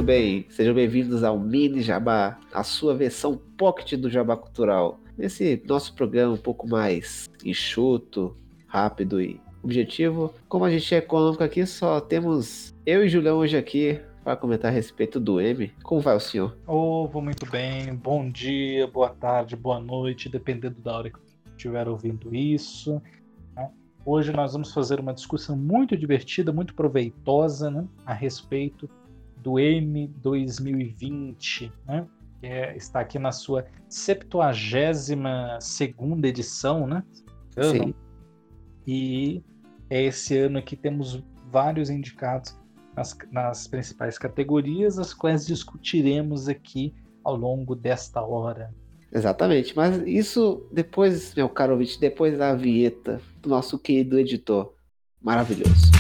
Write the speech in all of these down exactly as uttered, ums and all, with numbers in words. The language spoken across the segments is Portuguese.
bem? Sejam bem-vindos ao Mini Jabá, a sua versão pocket do Jabá Cultural. Nesse nosso programa um pouco mais enxuto, rápido e objetivo. Como a gente é econômico aqui, só temos eu e Julião hoje aqui para comentar a respeito do M. Como vai o senhor? Oh, vou muito bem. Bom dia, boa tarde, boa noite, dependendo da hora que você estiver ouvindo isso. Né? Hoje nós vamos fazer uma discussão muito divertida, muito proveitosa, né, a respeito do M dois mil e vinte, né, que é, está aqui na sua septuagésima segunda edição, né? Sim. E é esse ano que temos vários indicados nas, nas principais categorias, as quais discutiremos aqui ao longo desta hora. Exatamente, mas isso depois, meu caro ouvinte, depois da vinheta do nosso querido editor maravilhoso.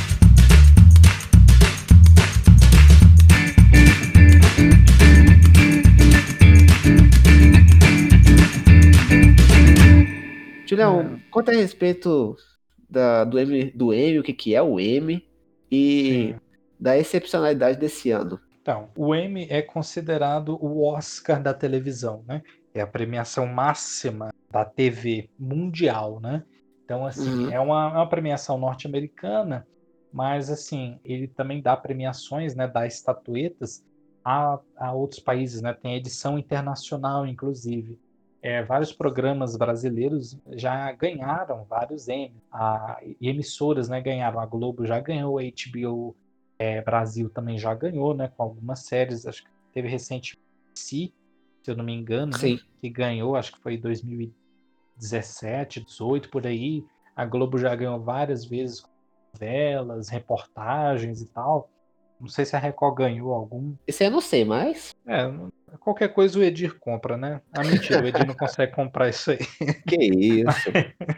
Julião, É. conta a respeito da, do, M, do M, o que, que é o M e Sim. da excepcionalidade desse ano. Então, o Emmy é considerado o Oscar da televisão, né? É a premiação máxima da T V mundial, né? Então, assim, Uhum. é uma, é uma premiação norte-americana, mas, assim, ele também dá premiações, né? Dá estatuetas a, a outros países, né? Tem edição internacional, inclusive. É, vários programas brasileiros já ganharam vários Emmy. A, e emissoras, né, ganharam. A Globo já ganhou, a H B O É, Brasil também já ganhou, né, com algumas séries. Acho que teve recentemente, se eu não me engano, né, Sim. que ganhou, acho que foi em dois mil e dezessete, dezoito, por aí. A Globo já ganhou várias vezes com novelas, reportagens e tal. Não sei se a Record ganhou algum. Esse aí eu não sei, mas. É, qualquer coisa o Edir compra, né? Ah, mentira, o Edir não consegue comprar isso aí. Que isso?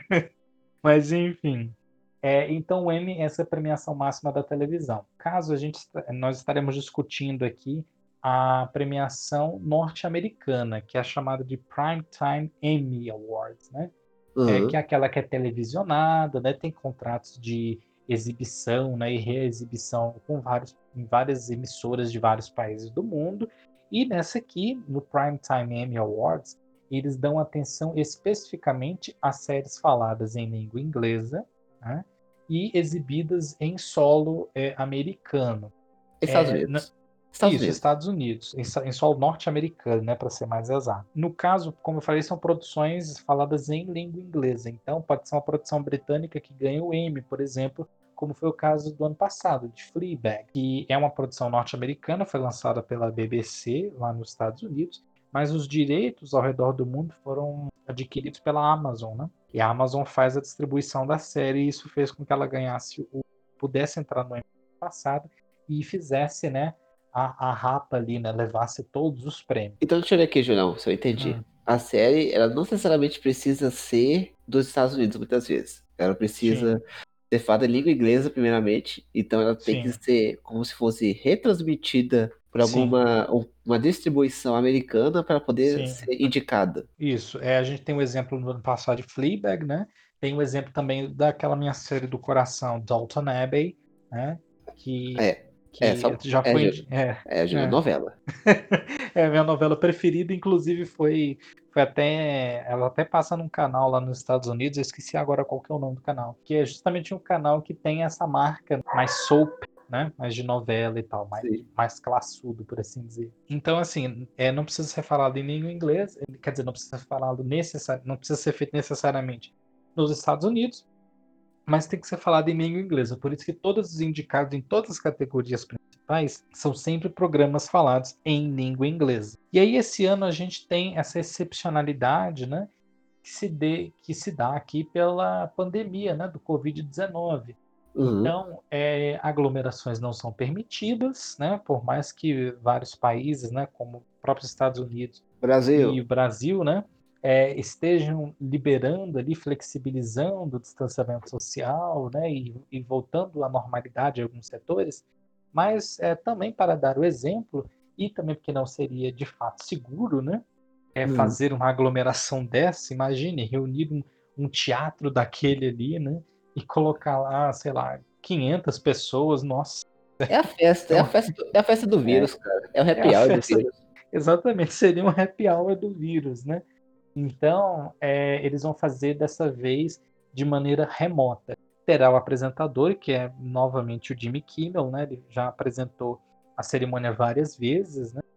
Mas enfim. É, então o Emmy é essa premiação máxima da televisão. Caso a gente nós estaremos discutindo aqui a premiação norte-americana, que é chamada de Primetime Emmy Awards, né? É, que Uhum. é aquela que é televisionada, né? Tem contratos de exibição, né, e reexibição com vários, em várias emissoras de vários países do mundo. E nessa aqui, no Primetime Emmy Awards, eles dão atenção especificamente às séries faladas em língua inglesa, né, e exibidas em solo é, americano. Estados É, na- Unidos. Estados isso, Unidos. Estados Unidos, em, em solo norte-americano, né, para ser mais exato. No caso, como eu falei, são produções faladas em língua inglesa. Então, pode ser uma produção britânica que ganha o Emmy, por exemplo, como foi o caso do ano passado, de Fleabag, que é uma produção norte-americana, foi lançada pela B B C lá nos Estados Unidos, mas os direitos ao redor do mundo foram adquiridos pela Amazon, né? E a Amazon faz a distribuição da série e isso fez com que ela ganhasse o pudesse entrar no Emmy passado e fizesse, né, a, a rapa ali, né, levasse todos os prêmios. Então, deixa eu ver aqui, Julião, se eu entendi. Hum, A série, ela não necessariamente precisa ser dos Estados Unidos, muitas vezes. Ela precisa sim, ser falada em língua inglesa, primeiramente. Então, ela tem que sim, ser como se fosse retransmitida por sim, alguma uma distribuição americana para poder sim. ser indicada. Isso. É, a gente tem o exemplo no ano passado de Fleabag, né? Tem o exemplo também daquela minha série do coração, Downton Abbey, né? Que, É, é, que só. já É, foi. Ju- indi- É, é, Julião, é. novela. É a minha novela preferida, inclusive foi, foi até. Ela até passa num canal lá nos Estados Unidos, eu esqueci agora qual que é o nome do canal. Que é justamente um canal que tem essa marca mais soap, né? Mais de novela e tal, mais, Sim. mais classudo, por assim dizer. Então, assim, é, não precisa ser falado em língua inglesa, quer dizer, não precisa ser falado necessari- não precisa ser feito necessariamente nos Estados Unidos, mas tem que ser falado em língua inglesa. Por isso que todos os indicados em todas as categorias principais são sempre programas falados em língua inglesa. E aí esse ano a gente tem essa excepcionalidade, né, que se, dê, que se dá aqui pela pandemia, né, do covid dezenove. Uhum. Então, é, aglomerações não são permitidas, né, por mais que vários países, né, como os próprios Estados Unidos e Brasil. o Brasil, né, é, estejam liberando ali, flexibilizando o distanciamento social, né, e, e voltando à normalidade em alguns setores, mas é, também para dar o exemplo, e também porque não seria de fato seguro, né, é, Uhum. fazer uma aglomeração dessa, imagine, reunir um, um teatro daquele ali, né, e colocar lá, sei lá, quinhentas pessoas, nossa, É a festa, é a Então, festa, do- é a festa do é, vírus, cara. É o é happy a hour do festa, vírus. exatamente, seria um happy hour do vírus, né? Então, é, eles vão fazer dessa vez de maneira remota. Terá o apresentador, que é novamente o Jimmy Kimmel, né? Ele já apresentou a cerimônia várias vezes, né?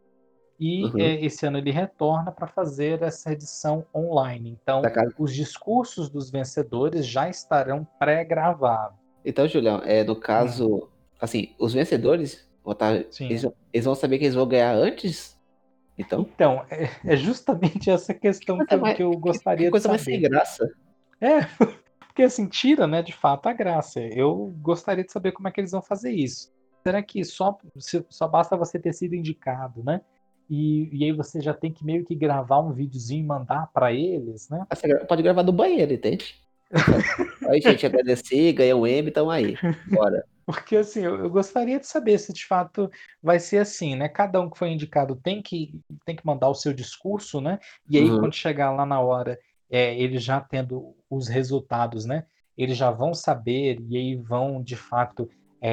E Uhum. é, esse ano ele retorna para fazer essa edição online. Da Então, casa. os discursos dos vencedores já estarão pré-gravados. Então, Julião, é, no Hum, caso, assim, os vencedores vão tá, eles, sim. eles vão saber que eles vão ganhar antes, então? Então, é, é justamente essa questão que Coisa eu, mais, que eu que, que gostaria de coisa mais sem saber. graça. É, porque assim, tira, né, de fato a graça. Eu gostaria de saber como é que eles vão fazer isso. Será que só, se- só basta você ter sido indicado, né? E, e aí você já tem que meio que gravar um videozinho e mandar para eles, né? Ah, você gra- pode gravar do banheiro, entende? Você fala, aí, gente, agradeci, ganhei um M, então aí. Bora. Porque assim, eu, eu gostaria de saber se de fato vai ser assim, né? Cada um que foi indicado tem que, tem que mandar o seu discurso, né? E aí, Uhum. quando chegar lá na hora, é, eles já tendo os resultados, né? Eles já vão saber e aí vão de fato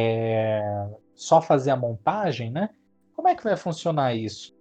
é, só fazer a montagem, né? Como é que vai funcionar isso?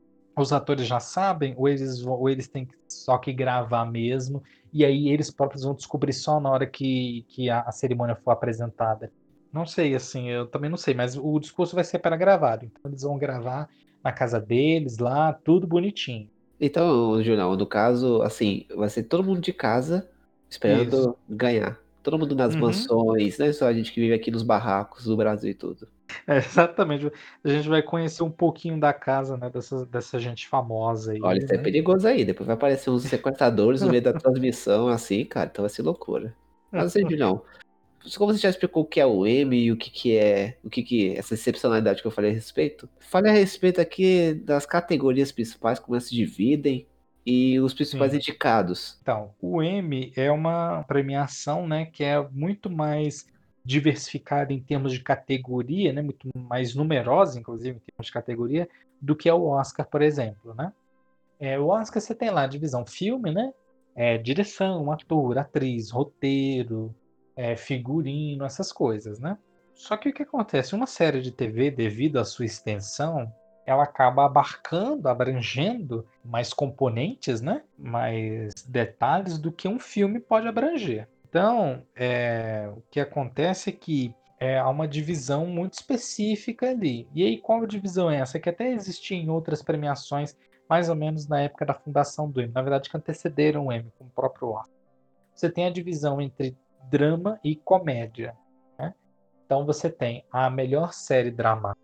Os atores já sabem, ou eles, vão- ou eles têm que- só que gravar mesmo, e aí eles próprios vão descobrir só na hora que, que a, a cerimônia for apresentada. Não sei, assim, eu também não sei, mas o discurso vai ser para gravado, então eles vão gravar na casa deles lá, tudo bonitinho. Então, Julião, no caso, assim, vai ser todo mundo de casa Isso. esperando ganhar. Todo mundo nas Uhum. mansões, não é só a gente que vive aqui nos barracos do Brasil e tudo. É, exatamente. A gente vai conhecer um pouquinho da casa, né, dessa, dessa gente famosa Olha, aí, isso é né? perigoso aí. Depois vai aparecer uns sequestradores no meio da transmissão, assim, cara. Então vai ser loucura. Mas assim, Julião, como você já explicou o que é o M e o que que é, o que que essa excepcionalidade que eu falei a respeito, fale a respeito aqui das categorias principais, como elas se dividem e os principais Sim. indicados. Então, o Emmy é uma premiação, né, que é muito mais diversificada em termos de categoria, né, muito mais numerosa, inclusive, em termos de categoria, do que é o Oscar, por exemplo, né? É, o Oscar você tem lá a divisão filme, né? É, direção, ator, atriz, roteiro, é, figurino, essas coisas, né? Só que o que acontece? Uma série de T V, devido à sua extensão, ela acaba abarcando, abrangendo mais componentes, né? Mais detalhes do que um filme pode abranger. Então, é, o que acontece é que é, há uma divisão muito específica ali. E aí, qual divisão é essa? Que até existia em outras premiações mais ou menos na época da fundação do Emmy, na verdade que antecederam o Emmy, como o próprio Oscar. Você tem a divisão entre drama e comédia, né? Então você tem a melhor série dramática,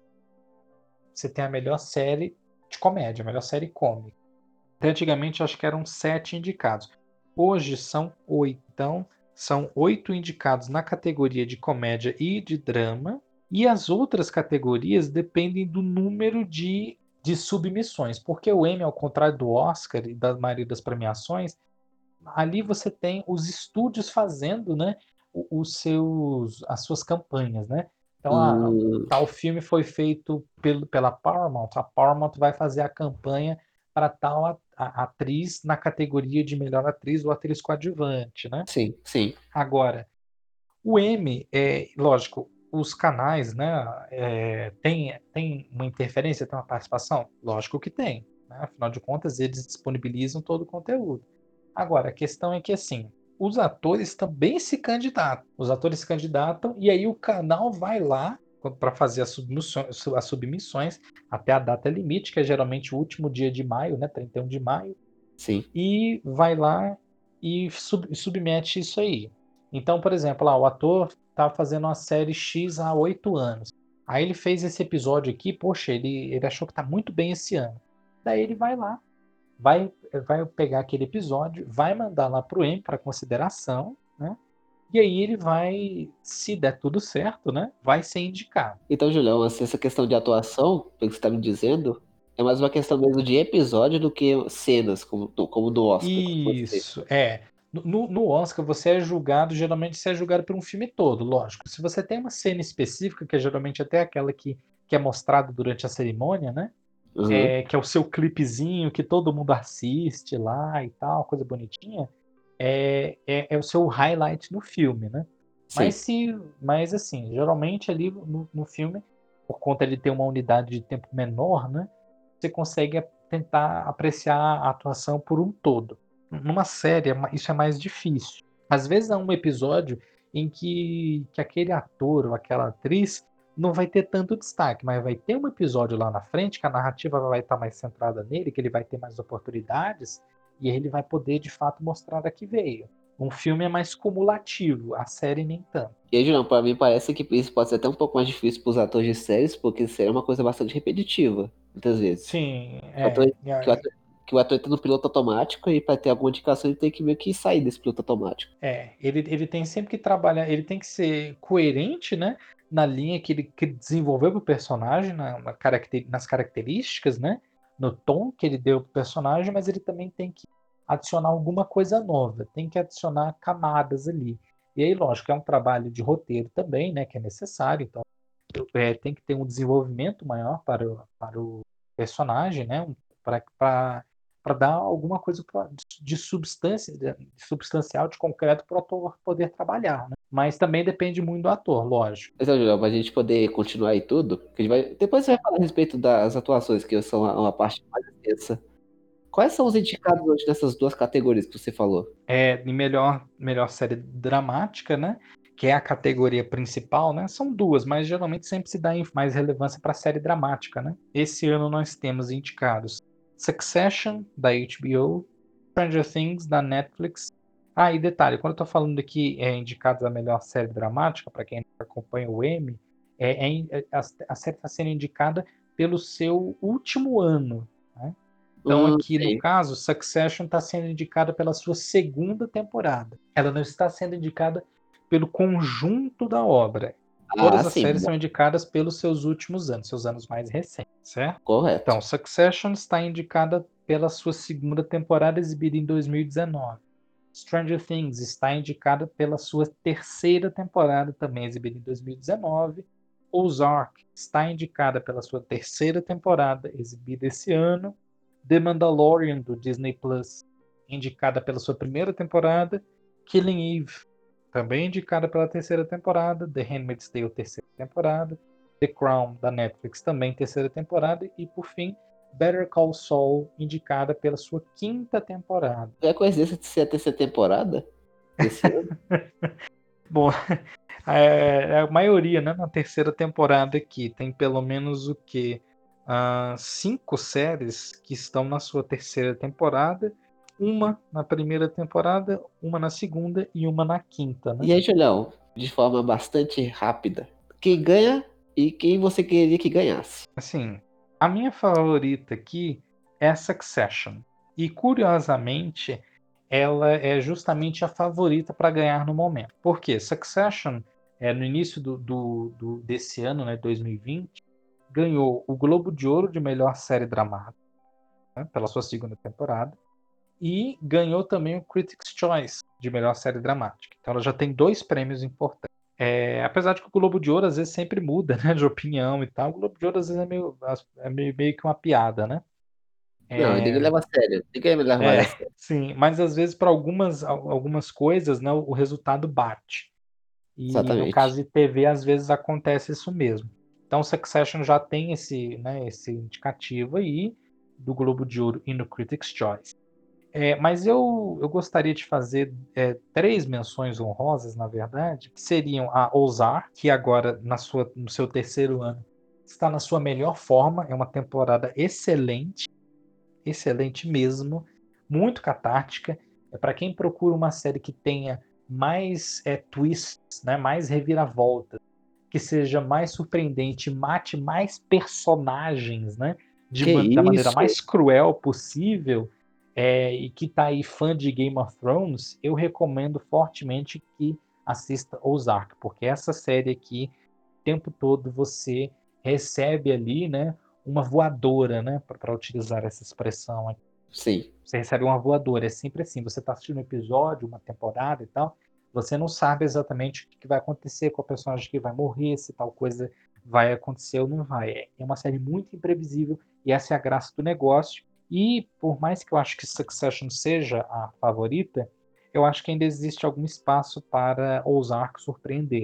você tem a melhor série de comédia, a melhor série cômica. Até antigamente acho que eram sete indicados. Hoje são oito. Então são oito indicados na categoria de comédia e de drama. E as outras categorias dependem do número de, de submissões. Porque o Emmy, ao contrário do Oscar e da maioria das premiações, ali você tem os estúdios fazendo, né, os seus, as suas campanhas, né? Então, ah, Hum, tal filme foi feito pelo, pela Paramount, a Paramount vai fazer a campanha para tal a, a, atriz na categoria de melhor atriz ou atriz coadjuvante, né? sim, sim. Agora, o M, é, lógico, os canais, né, é, tem, tem uma interferência, tem uma participação? Lógico que tem, né? Afinal de contas, eles disponibilizam todo o conteúdo. Agora, a questão é que, assim, os atores também se candidatam. Os atores se candidatam e aí o canal vai lá para fazer as submissões, as submissões até a data limite, que é geralmente o último dia de maio, né, trinta e um de maio, Sim. e vai lá e sub, submete isso aí. Então, por exemplo, lá, o ator tá fazendo uma série X há oito anos. Aí ele fez esse episódio aqui, poxa, ele, ele achou que tá muito bem esse ano. Daí ele vai lá, vai, vai pegar aquele episódio, vai mandar lá pro Emmy para consideração, né? E aí ele vai, se der tudo certo, né? Vai ser indicado. Então, Julião, assim, essa questão de atuação, pelo que você está me dizendo, é mais uma questão mesmo de episódio do que cenas, como, como no Oscar, como você. Isso, é. No, no Oscar, você é julgado, geralmente você é julgado por um filme todo, lógico. Se você tem uma cena específica, que é geralmente até aquela que, que é mostrada durante a cerimônia, né? Uhum, É, que é o seu clipezinho que todo mundo assiste lá e tal, coisa bonitinha, é, é, é o seu highlight no filme, né? Mas sim. se, mas assim, geralmente ali no, no filme por conta de ter uma unidade de tempo menor, né, você consegue tentar apreciar a atuação por um todo. Numa série, isso é mais difícil. Às vezes há um episódio em que, que aquele ator ou aquela atriz não vai ter tanto destaque, mas vai ter um episódio lá na frente que a narrativa vai estar mais centrada nele, que ele vai ter mais oportunidades, e ele vai poder, de fato, mostrar da que veio. Um filme é mais cumulativo, a série nem tanto. E aí, Julião, pra mim parece que isso pode ser até um pouco mais difícil pros atores de séries, porque série é uma coisa bastante repetitiva, muitas vezes. Sim, O ator, é. que, o ator, que o ator tá no piloto automático e para ter alguma indicação ele tem que meio que sair desse piloto automático. É, ele, ele tem sempre que trabalhar, ele tem que ser coerente, né, na linha que ele que desenvolveu pro personagem, na, na caracter, nas características, né, no tom que ele deu pro personagem, mas ele também tem que adicionar alguma coisa nova, tem que adicionar camadas ali. E aí, lógico, é um trabalho de roteiro também, né, que é necessário, então é, tem que ter um desenvolvimento maior para o, para o personagem, né, para para dar alguma coisa pra, de substância, de substancial, de concreto para o ator poder trabalhar, né? Mas também depende muito do ator, lógico. Mas, ó, Julião, pra gente poder continuar aí tudo, que a gente vai, depois você vai falar a respeito das atuações, que são uma, uma parte mais extensa. Quais são os indicados hoje nessas duas categorias que você falou? É, em melhor, melhor série dramática, né? Que é a categoria principal, né? São duas, mas geralmente sempre se dá mais relevância para a série dramática, né? Esse ano nós temos indicados Succession, da H B O, Stranger Things, da Netflix. Ah, e detalhe, quando eu tô falando aqui é indicados a melhor série dramática, para quem acompanha o Emmy, é, é, a, a série está sendo indicada pelo seu último ano, né? Então, Hum, aqui no sei. caso, Succession está sendo indicada pela sua segunda temporada. Ela não está sendo indicada pelo conjunto da obra. Ah, Todas as sim, séries são indicadas pelos seus últimos anos, seus anos mais recentes, certo? correto. Então, Succession está indicada pela sua segunda temporada, exibida em dois mil e dezenove. Stranger Things está indicada pela sua terceira temporada, também exibida em dois mil e dezenove. Ozark está indicada pela sua terceira temporada, exibida esse ano. The Mandalorian, do Disney Plus, indicada pela sua primeira temporada. Killing Eve, também indicada pela terceira temporada. The Handmaid's Tale, terceira temporada. The Crown, da Netflix, também terceira temporada. E, por fim, Better Call Saul, indicada pela sua quinta temporada. É coincidência de ser a terceira temporada desse ano? Bom, é, a maioria, né, na terceira temporada aqui, tem pelo menos o que? Uh, cinco séries que estão na sua terceira temporada, uma na primeira temporada, uma na segunda e uma na quinta, né? E aí, Julião, de forma bastante rápida, quem ganha e quem você queria que ganhasse? Assim, a minha favorita aqui é Succession. E curiosamente, ela é justamente a favorita para ganhar no momento. Por quê? Succession, é, no início do, do, do, desse ano, né, dois mil e vinte, ganhou o Globo de Ouro de melhor série dramática, né, pela sua segunda temporada, e ganhou também o Critics' Choice de melhor série dramática. Então ela já tem dois prêmios importantes. É, apesar de que o Globo de Ouro às vezes sempre muda, né, de opinião e tal, o Globo de Ouro às vezes é meio, é meio, meio que uma piada, né? Não, ninguém É, leva a sério. Ninguém me leva é, mais a sério. sim, mas às vezes para algumas, algumas coisas, né, o resultado bate. E no caso Exatamente. de T V, às vezes acontece isso mesmo. Então, Succession já tem esse, né, esse indicativo aí do Globo de Ouro e no Critics' Choice. É, mas eu, eu gostaria de fazer é, três menções honrosas, na verdade, que seriam a Ozark, que agora na sua, no seu terceiro ano está na sua melhor forma, é uma temporada excelente, excelente mesmo, muito catártica. É para quem procura uma série que tenha mais é, twists, né, mais reviravoltas, que seja mais surpreendente, mate mais personagens, né, de, Que da maneira isso? mais cruel possível, é, e que tá aí fã de Game of Thrones, eu recomendo fortemente que assista Ozark, porque essa série aqui, o tempo todo você recebe ali, né, uma voadora, né, para utilizar essa expressão aqui. Sim. Você recebe uma voadora, é sempre assim, você está assistindo um episódio, uma temporada e tal, você não sabe exatamente o que vai acontecer com o personagem que vai morrer, se tal coisa vai acontecer ou não vai. É uma série muito imprevisível e essa é a graça do negócio. E por mais que eu acho que Succession seja a favorita, eu acho que ainda existe algum espaço para ousar surpreender.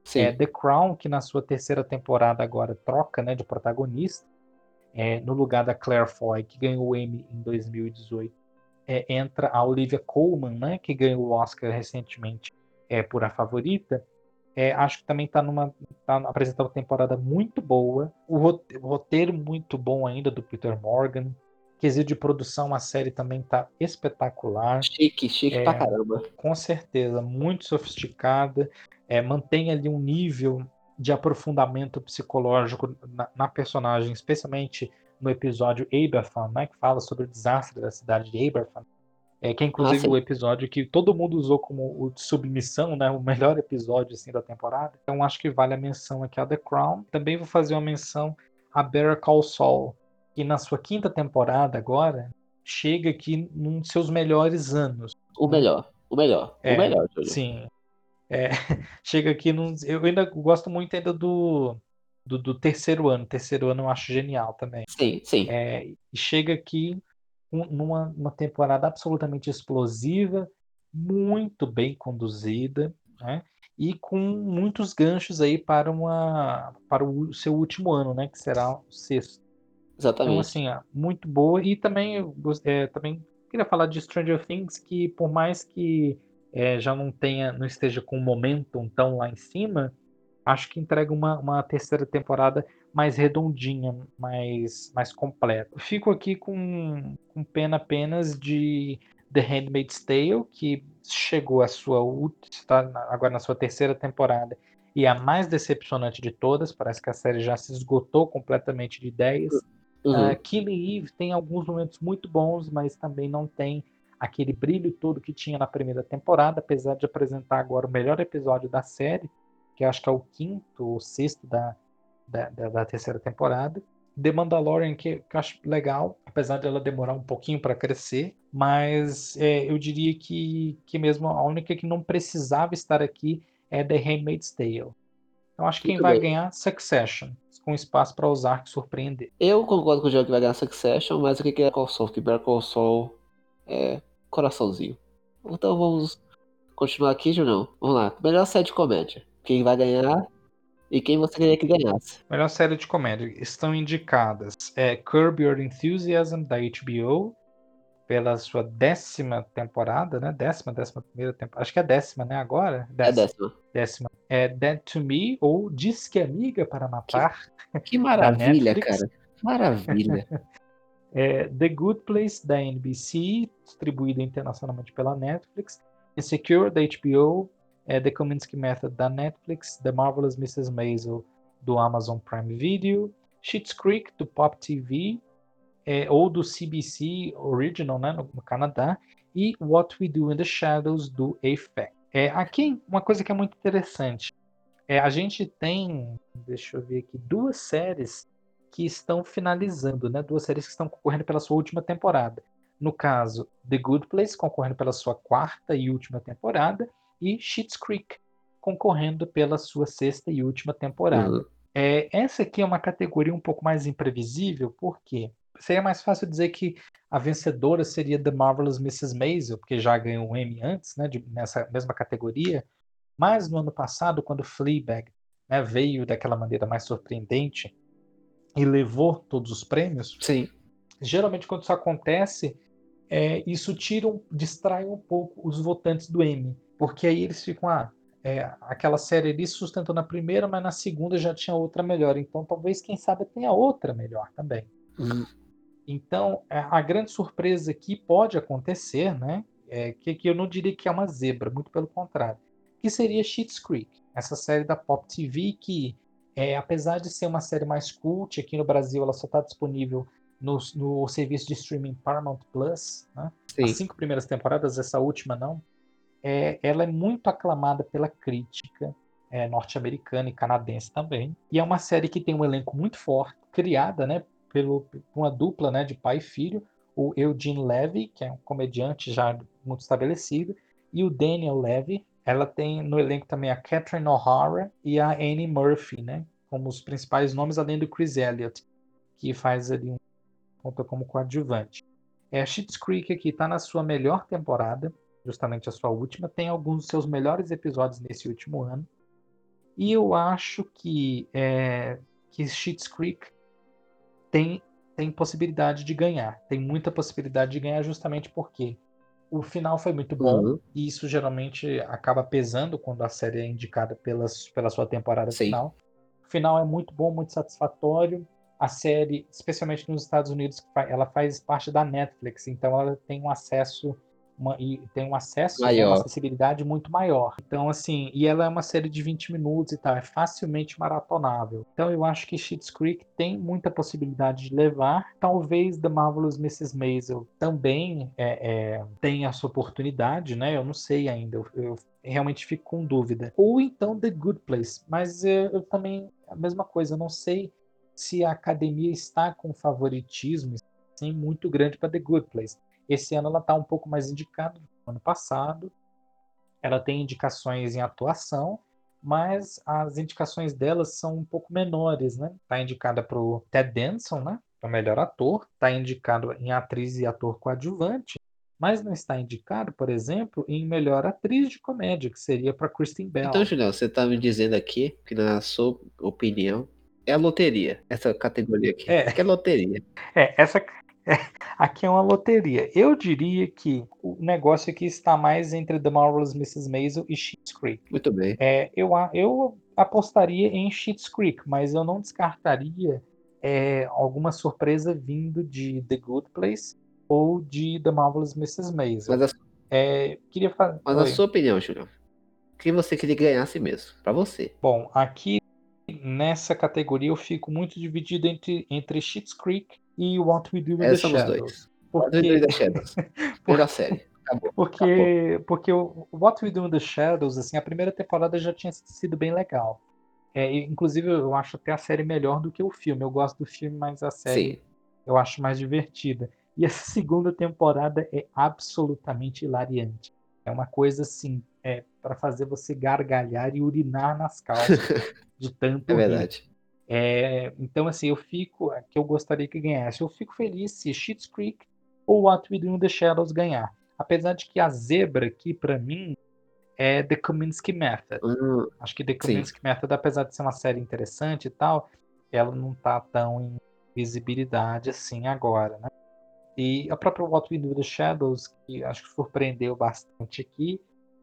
Sim. É, The Crown, que na sua terceira temporada agora troca, né, de protagonista, é, no lugar da Claire Foy, que ganhou o Emmy em dois mil e dezoito, é, entra a Olivia Colman, né, que ganhou o Oscar recentemente é, por A Favorita. É, acho que também está numa tá apresentando uma temporada muito boa, o rote- o roteiro muito bom ainda do Peter Morgan, quesito de produção, a série também está espetacular. Chique, chique pra caramba. Com certeza, muito sofisticada, é, mantém ali um nível de aprofundamento psicológico na, na personagem, especialmente no episódio Aberfan, né, que fala sobre o desastre da cidade de Aberfan, é, que é Ah, inclusive sim. o episódio que todo mundo usou como o de submissão, né, o melhor episódio assim, da temporada. Então acho que vale a menção aqui a The Crown. Também vou fazer uma menção a Better Call Saul, que na sua quinta temporada agora chega aqui num dos seus melhores anos. O Né? melhor, o melhor, o É, melhor, Júlio. sim. É, chega aqui num, eu ainda gosto muito ainda do, do, do terceiro ano. Terceiro ano eu acho genial também. Sim, sim. É, e chega aqui um- numa uma temporada absolutamente explosiva, muito bem conduzida, né? E com muitos ganchos aí para uma para o seu último ano, né? Que será o sexto. Então, Exatamente. assim, ó, muito boa. E também, eu gos- é, também queria falar de Stranger Things, que por mais que é, já não tenha, não esteja com o momentum tão lá em cima, acho que entrega uma, uma terceira temporada mais redondinha, mais, mais completa. Fico aqui com, com pena apenas de The Handmaid's Tale, que chegou à sua última, está agora na sua terceira temporada, e é a mais decepcionante de todas. Parece que a série já se esgotou completamente de ideias. Uh, Uhum. Killing Eve tem alguns momentos muito bons, mas também não tem aquele brilho todo que tinha na primeira temporada, apesar de apresentar agora o melhor episódio da série, que acho que é o quinto ou sexto da, da, da, da terceira temporada. The Mandalorian, que, que eu acho legal, apesar de ela demorar um pouquinho para crescer, mas é, eu diria que, que mesmo a única que não precisava estar aqui é The Handmaid's Tale. Então acho que quem Muito vai bem. ganhar Succession, com espaço para usar que surpreender. Eu concordo com o Diego que vai ganhar Succession, mas o que que é Call Saul? Que Better Call Saul é coraçãozinho. Então vamos continuar aqui, Julião. Vamos lá. Melhor série de comédia. Quem vai ganhar e quem você queria que ganhasse. Melhor série de comédia. Estão indicadas é, Curb Your Enthusiasm, da H B O, pela sua décima temporada, né? Décima, décima primeira temporada. Acho que é décima, né? Agora? É a Décima. décima. Décima. É Dead to Me, ou Disque Amiga para Que, Matar, que da maravilha, Netflix. cara. Maravilha. É The Good Place, da N B C, distribuída internacionalmente pela Netflix. Insecure, da H B O. É The Kominsky Method, da Netflix. The Marvelous missus Maisel, do Amazon Prime Video. Schitt's Creek, do Pop T V, é, ou do C B C Original, né, no, no Canadá, e What We Do in the Shadows, do A F A C. É, aqui, uma coisa que é muito interessante, é, a gente tem, deixa eu ver aqui, duas séries que estão finalizando, né, duas séries que estão concorrendo pela sua última temporada. No caso, The Good Place, concorrendo pela sua quarta e última temporada, e Schitt's Creek, concorrendo pela sua sexta e última temporada. Uhum. É, essa aqui é uma categoria um pouco mais imprevisível, porque seria mais fácil dizer que a vencedora seria The Marvelous missus Maisel, porque já ganhou um Emmy antes, né, de, nessa mesma categoria. Mas no ano passado, quando Fleabag, né, veio daquela maneira mais surpreendente e levou todos os prêmios, Sim. geralmente quando isso acontece, é, isso tira um, distrai um pouco os votantes do Emmy, porque aí eles ficam, ah, é, aquela série ali sustentou na primeira, mas na segunda já tinha outra melhor, então talvez, quem sabe, tenha outra melhor também. Uhum. Então, a grande surpresa aqui pode acontecer, né? É, que, que eu não diria que é uma zebra, muito pelo contrário, que seria Schitt's Creek, essa série da Pop T V que, é, apesar de ser uma série mais cult, aqui no Brasil ela só está disponível no, no serviço de streaming Paramount Plus, né? As Sim. cinco primeiras temporadas, essa última não. É, ela é muito aclamada pela crítica é, norte-americana e canadense também. E é uma série que tem um elenco muito forte, criada, né, pelo, por uma dupla, né, de pai e filho, o Eugene Levy, que é um comediante já muito estabelecido, e o Daniel Levy. Ela tem no elenco também a Catherine O'Hara e a Annie Murphy, né, como os principais nomes, além do Chris Elliott, que faz ali um conta como coadjuvante. É, a Schitt's Creek aqui está na sua melhor temporada, justamente a sua última, tem alguns dos seus melhores episódios nesse último ano. E eu acho que, é, que Schitt's Creek tem, tem possibilidade de ganhar. Tem muita possibilidade de ganhar justamente porque o final foi muito bom, Uhum. e isso geralmente acaba pesando quando a série é indicada pela, pela sua temporada Sim. final. O final é muito bom, muito satisfatório. A série, especialmente nos Estados Unidos, ela faz parte da Netflix, então ela tem um acesso uma, e tem um acesso, né, uma Maior. acessibilidade muito maior. Então, assim, e ela é uma série de vinte minutos e tal, é facilmente maratonável. Então, eu acho que Schitt's Creek tem muita possibilidade de levar. Talvez The Marvelous missus Maisel também é, é, tenha essa oportunidade, né? Eu não sei ainda, eu, eu realmente fico com dúvida. Ou então The Good Place, mas eu, eu também, a mesma coisa, eu não sei se a academia está com favoritismo assim, muito grande para The Good Place. Esse ano ela está um pouco mais indicada do que no ano passado. Ela tem indicações em atuação, mas as indicações delas são um pouco menores, né? Está indicada para o Ted Danson, né? Para o melhor ator. Está indicado em atriz e ator coadjuvante, mas não está indicado, por exemplo, em melhor atriz de comédia, que seria para Kristen Então, Bell. Julião, você tá me dizendo aqui que, na sua opinião, é a loteria, essa categoria aqui. É, Que é loteria. é essa é, aqui é uma loteria. Eu diria que o negócio aqui está mais entre The Marvelous missus Maisel e Schitt's Creek. Muito bem. É, eu, eu apostaria em Schitt's Creek, mas eu não descartaria é, alguma surpresa vindo de The Good Place ou de The Marvelous missus Mas Maisel. a, É, queria fazer. mas a Oi. sua opinião, Julião. Quem você queria que ganhasse mesmo? Pra você. Bom, aqui nessa categoria eu fico muito dividido entre, entre Schitt's Creek e What We Do in É, the somos Shadows. dois. Pode dois Porque, da Shadows. Melhor porque série. Acabou. Acabou. Porque, porque o What We Do in the Shadows, assim, a primeira temporada já tinha sido bem legal. É, e, inclusive, eu acho até a série melhor do que o filme. Eu gosto do filme, mas a série Sim. eu acho mais divertida. E essa segunda temporada é absolutamente hilariante. É uma coisa assim, é para fazer você gargalhar e urinar nas calças de É tanto rir. verdade. É, então, assim, eu fico, é que eu gostaria que ganhasse. Eu fico feliz se Schitt's Creek ou What We Do in the Shadows ganhar. Apesar de que a zebra aqui, pra mim, é The Kominsky Method. Hum, Acho que The sim. Kominsky Method, apesar de ser uma série interessante e tal, ela não tá tão em visibilidade assim agora, né? E a própria What We Do in the Shadows, que acho que surpreendeu bastante aqui,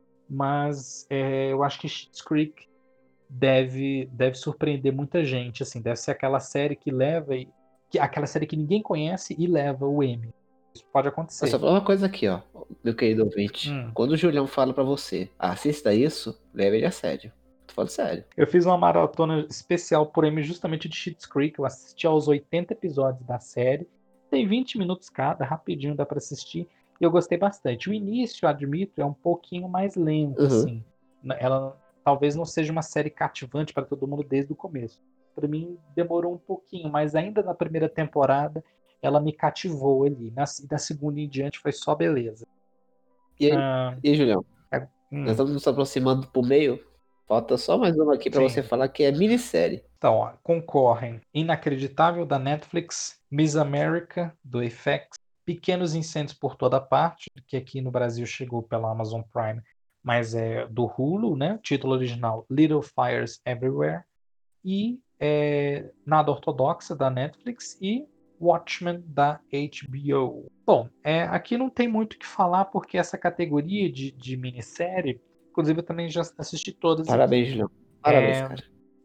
mas é, eu acho que Schitt's Creek deve, deve surpreender muita gente, assim, deve ser aquela série que leva, e- que, aquela série que ninguém conhece e leva o Emmy. Isso pode Eu só acontecer. falar uma coisa aqui, ó, meu querido ouvinte. Hum. Quando o Julião fala pra você, assista isso, leve ele a sério. Tô falando sério. Eu fiz uma maratona especial por Emmy justamente de Schitt's Creek, eu assisti aos oitenta episódios da série, tem vinte minutos cada, rapidinho dá pra assistir, e eu gostei bastante. O início, admito, é um pouquinho mais lento, Uhum. assim. Ela talvez não seja uma série cativante para todo mundo desde o começo. Para mim demorou um pouquinho, mas ainda na primeira temporada ela me cativou ali. Na, da segunda em diante foi só beleza. E aí, Ah, e aí, Julião? é, Nós hum, estamos nos aproximando pro meio. Falta só mais uma aqui pra você sim. falar que é minissérie. Então, ó, concorrem Inacreditável da Netflix, Miss America do F X, Pequenos Incêndios por Toda Parte, que aqui no Brasil chegou pela Amazon Prime, mas é do Hulu, né? O título original Little Fires Everywhere, e é, Nada Ortodoxa da Netflix e Watchmen da H B O. Bom, é, aqui não tem muito o que falar porque essa categoria de, de minissérie, inclusive eu também já assisti todas aqui. Parabéns, Julião. Parabéns, É, cara.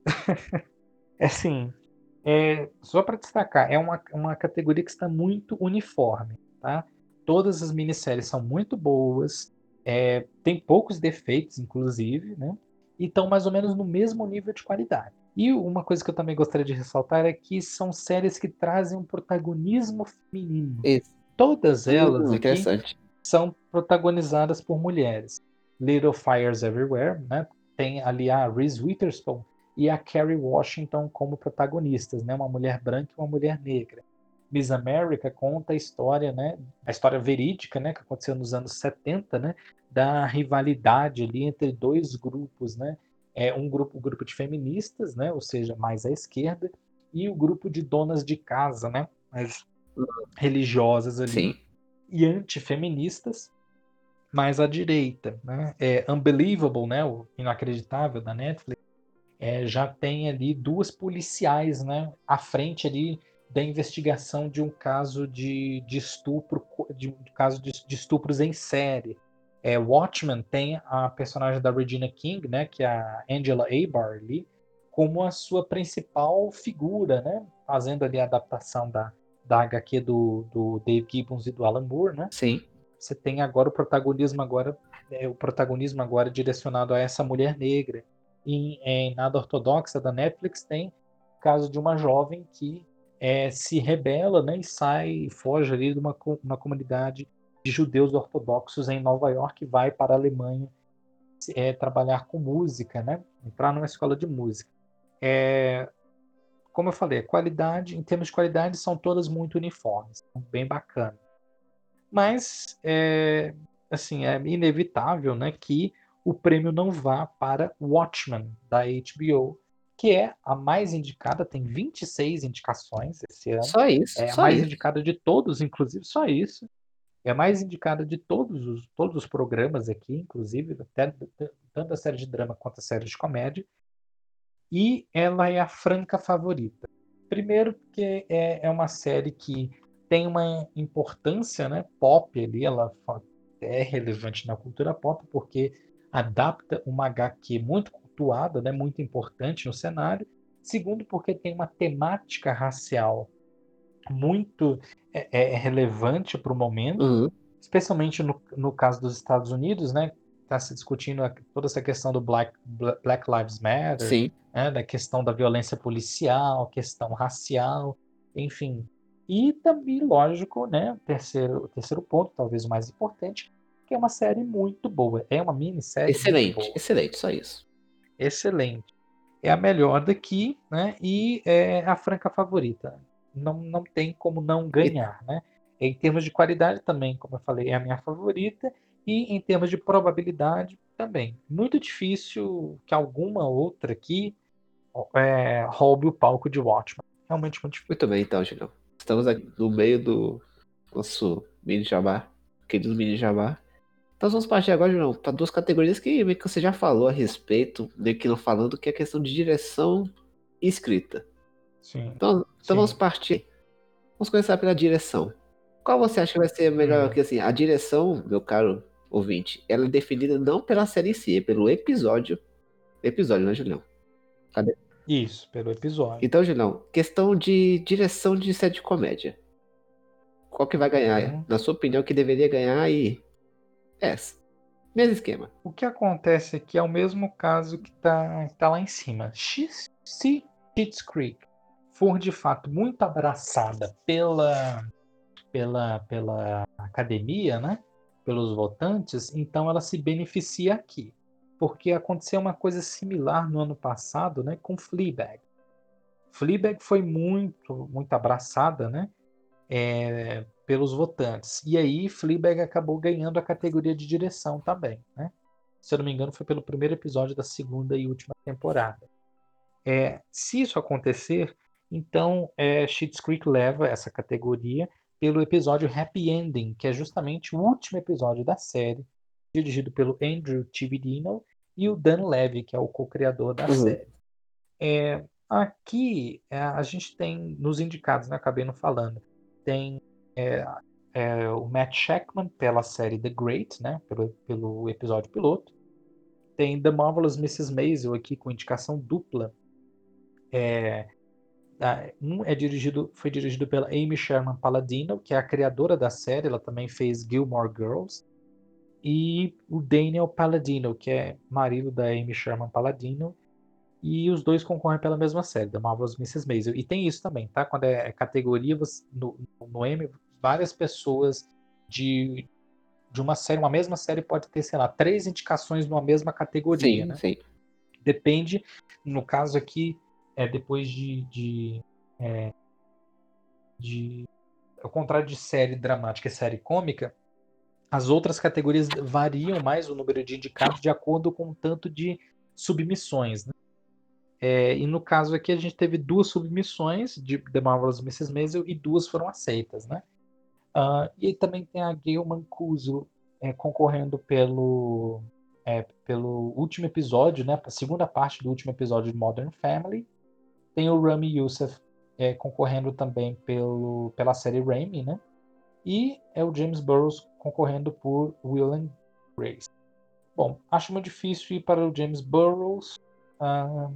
é assim, é, só para destacar, é uma, uma categoria que está muito uniforme, tá? Todas as minisséries são muito boas, é, tem poucos defeitos, inclusive, né? E estão mais ou menos no mesmo nível de qualidade. E uma coisa que eu também gostaria de ressaltar é que são séries que trazem um protagonismo feminino. Isso. Todas elas Hum, aqui interessante. são protagonizadas por mulheres. Little Fires Everywhere, né? Tem ali a Reese Witherspoon e a Kerry Washington como protagonistas, né? Uma mulher branca e uma mulher negra. Miss America conta a história, né? A história verídica, né? Que aconteceu nos anos setenta, né? Da rivalidade ali entre dois grupos, né? É um grupo, o grupo de feministas, né? Ou seja, mais à esquerda, e o grupo de donas de casa, né? Mais religiosas ali Sim. e antifeministas, mais à direita, né? É Unbelievable, né? O Inacreditável da Netflix. é, já tem ali duas policiais, né, à frente ali da investigação de um caso de, de estupro, de, de caso de, de estupros em série. É, Watchmen tem a personagem da Regina King, né, que é a Angela Abar ali, como a sua principal figura, né, fazendo ali a adaptação da, da H Q do, do Dave Gibbons e do Alan Moore, né? Sim. Você tem agora o protagonismo agora, é, o protagonismo agora direcionado a essa mulher negra. E em Nada Ortodoxa da Netflix tem o caso de uma jovem que é, se rebela, né, e sai, foge ali de uma, uma comunidade de judeus ortodoxos em Nova York e vai para a Alemanha é, trabalhar com música, né, entrar numa escola de música. É, como eu falei, a qualidade, em termos de qualidade, são todas muito uniformes, bem bacana. Mas é, assim, é inevitável, né, que o prêmio não vá para Watchmen, da H B O, que é a mais indicada, tem vinte e seis indicações esse ano. Só isso, É a só mais isso. indicada de todos, inclusive, só isso. É a mais indicada de todos os, todos os programas aqui, inclusive, até, tanto a série de drama quanto a série de comédia. E ela é a franca favorita. Primeiro porque é, é uma série que tem uma importância, né, pop ali, ela é relevante na cultura pop porque adapta uma H Q muito cultuada, né, muito importante no cenário. Segundo porque tem uma temática racial muito é, é relevante para o momento, Uhum. especialmente no, no caso dos Estados Unidos, né? Está se discutindo a, toda essa questão do Black, Black Lives Matter, Sim. né, da questão da violência policial, questão racial, enfim. E também, lógico, né, o terceiro, o terceiro ponto, talvez o mais importante, que é uma série muito boa. É uma minissérie muito Excelente, boa. excelente, só isso. Excelente. É a melhor daqui, né? E é a franca favorita. Não, não tem como não E, ganhar, né? Em termos de qualidade também, como eu falei, é a minha favorita. E em termos de probabilidade também. Muito difícil que alguma outra aqui é, roube o palco de Watchmen. Realmente muito difícil. muito bem, então, Julião. Estamos aqui no meio do nosso mini jabá, querido mini jabá. Então vamos partir agora, Julião, para duas categorias que meio que você já falou a respeito, meio que não falando, que é a questão de direção e escrita. Sim, Então, então vamos sim. partir. Vamos começar pela direção. Qual você acha que vai ser melhor? Hum, Que assim, a direção, meu caro ouvinte, ela é definida não pela série em si, é pelo episódio. Episódio, né, Julião? Cadê? isso, pelo episódio. Então, Julião, questão de direção de série de comédia. Qual que vai ganhar? Uhum. Na sua opinião, que deveria ganhar e essa. Mesmo esquema. O que acontece aqui é o mesmo caso que está tá lá em cima. X- Se Schitt's Creek for de fato muito abraçada pela, pela, pela academia, né? Pelos votantes, então ela se beneficia aqui. Porque aconteceu uma coisa similar no ano passado, né, com Fleabag. Fleabag foi muito, muito abraçada, né? É, pelos votantes. E aí Fleabag acabou ganhando a categoria de direção também, né? Se eu não me engano, foi pelo primeiro episódio da segunda e última temporada. É, se isso acontecer, então é, Schitt's Creek leva essa categoria pelo episódio Happy Ending, que é justamente o último episódio da série, dirigido pelo Andrew Chividino e o Dan Levy, que é o co-criador da Uhum. série. É, aqui é, a gente tem nos indicados, né, acabei não falando, tem é, é, o Matt Shakman pela série The Great, né, pelo, pelo episódio piloto. Tem The Marvelous missus Maisel aqui com indicação dupla. É, um é dirigido, foi dirigido pela Amy Sherman Palladino, que é a criadora da série, ela também fez Gilmore Girls. E o Daniel Palladino, que é marido da Amy Sherman Palladino. E os dois concorrem pela mesma série, The Marvelous missus Maisel. E tem isso também, tá? Quando é categoria, você, no, no Emmy, várias pessoas de, de uma série, uma mesma série pode ter, sei lá, três indicações numa mesma categoria, Sim, né? sim. Depende, no caso aqui, é depois de, de, é, de ao contrário de série dramática e série cômica, as outras categorias variam mais o número de indicados de acordo com o tanto de submissões, né? É, e no caso aqui a gente teve duas submissões de The Marvelous missus Maisel e duas foram aceitas, né? Uh, e também tem a Gail Mancuso é, concorrendo pelo é, pelo último episódio, né, a segunda parte do último episódio de Modern Family. Tem o Rami Youssef é, concorrendo também pelo, pela série Rami, né? E é o James Burrows concorrendo por Will and Grace. Bom, acho muito difícil ir para o James Burrows. Ah,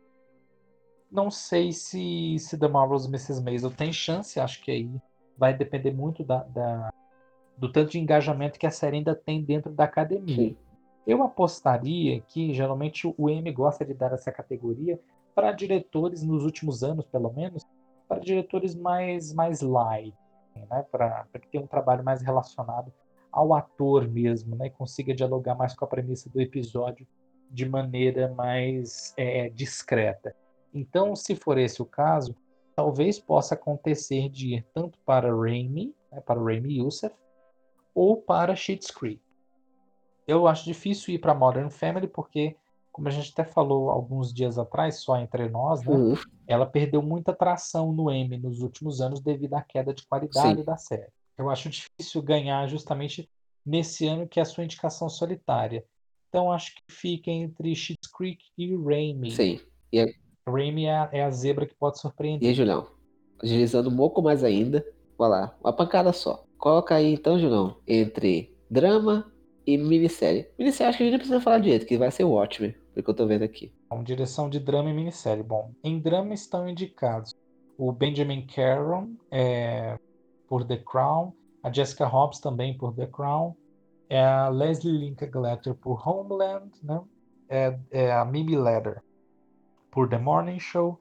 não sei se, se The Marvelous missus Maisel tem chance. Acho que aí vai depender muito da, da, do tanto de engajamento que a série ainda tem dentro da academia. Sim. Eu apostaria que geralmente o Emmy gosta de dar essa categoria para diretores, nos últimos anos pelo menos, para diretores mais, mais light, né? Para que tenha um trabalho mais relacionado ao ator mesmo, né? E consiga dialogar mais com a premissa do episódio de maneira mais é, discreta. Então, se for esse o caso, talvez possa acontecer de ir tanto para Raimi, né, para Rami Youssef, ou para Schitt's Creek. Eu acho difícil ir para Modern Family porque, como a gente até falou alguns dias atrás, só entre nós, né? Uhum. Ela perdeu muita atração no Emmy nos últimos anos devido à queda de qualidade Sim. da série. Eu acho difícil ganhar justamente nesse ano que é a sua indicação solitária. Então acho que fica entre Schitt's Creek e Raimi. Sim. E aí, Raimi é a, é a zebra que pode e aí, surpreender. Julião? Agilizando um pouco mais ainda. Vai lá, uma pancada só. Coloca aí então, Julião, entre drama e minissérie. Minissérie acho que a gente não precisa falar direito, que vai ser o Watchmen, pelo que eu tô vendo aqui. Com direção de drama e minissérie. Bom, em drama estão indicados o Benjamin Caron é, por The Crown, a Jessica Hobbs também por The Crown, é a Leslie Linklater por Homeland, né? é, é a Mimi Leder por The Morning Show,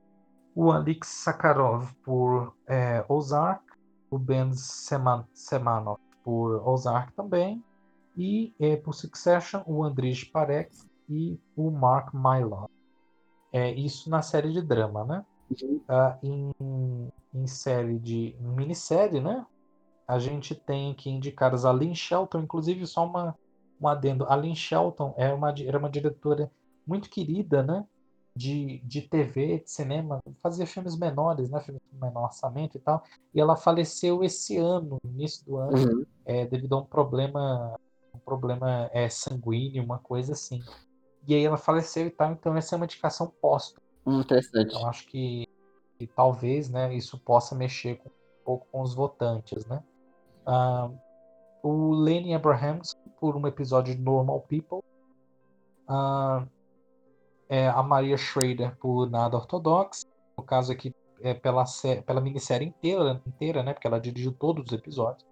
o Alex Sakharov por é, Ozark, o Ben Seman Semanov por Ozark também, e é, por Succession o Andriy Parek e o Mark Mylod. É, isso na série de drama, né? Uhum. Ah, em, em série de em minissérie, né? A gente tem aqui indicadas a Lynn Shelton, inclusive só uma, um adendo. A Lynn Shelton é uma, era uma diretora muito querida, né? De, de T V, de cinema, fazia filmes menores, né? Filmes com menor orçamento e tal. E ela faleceu esse ano, no início do ano, Uhum. é, devido a um problema, um problema é, sanguíneo, uma coisa assim. E aí ela faleceu e tal, então essa é uma indicação póstuma. Hum, Então interessante. acho que, que talvez, né, isso possa mexer com, um pouco com os votantes, né? Ah, o Lenny Abrahams por um episódio de Normal People, ah, é, a Maria Schrader por Nada Ortodox, no caso aqui é pela, sé- pela minissérie inteira, inteira, né, porque ela dirigiu todos os episódios,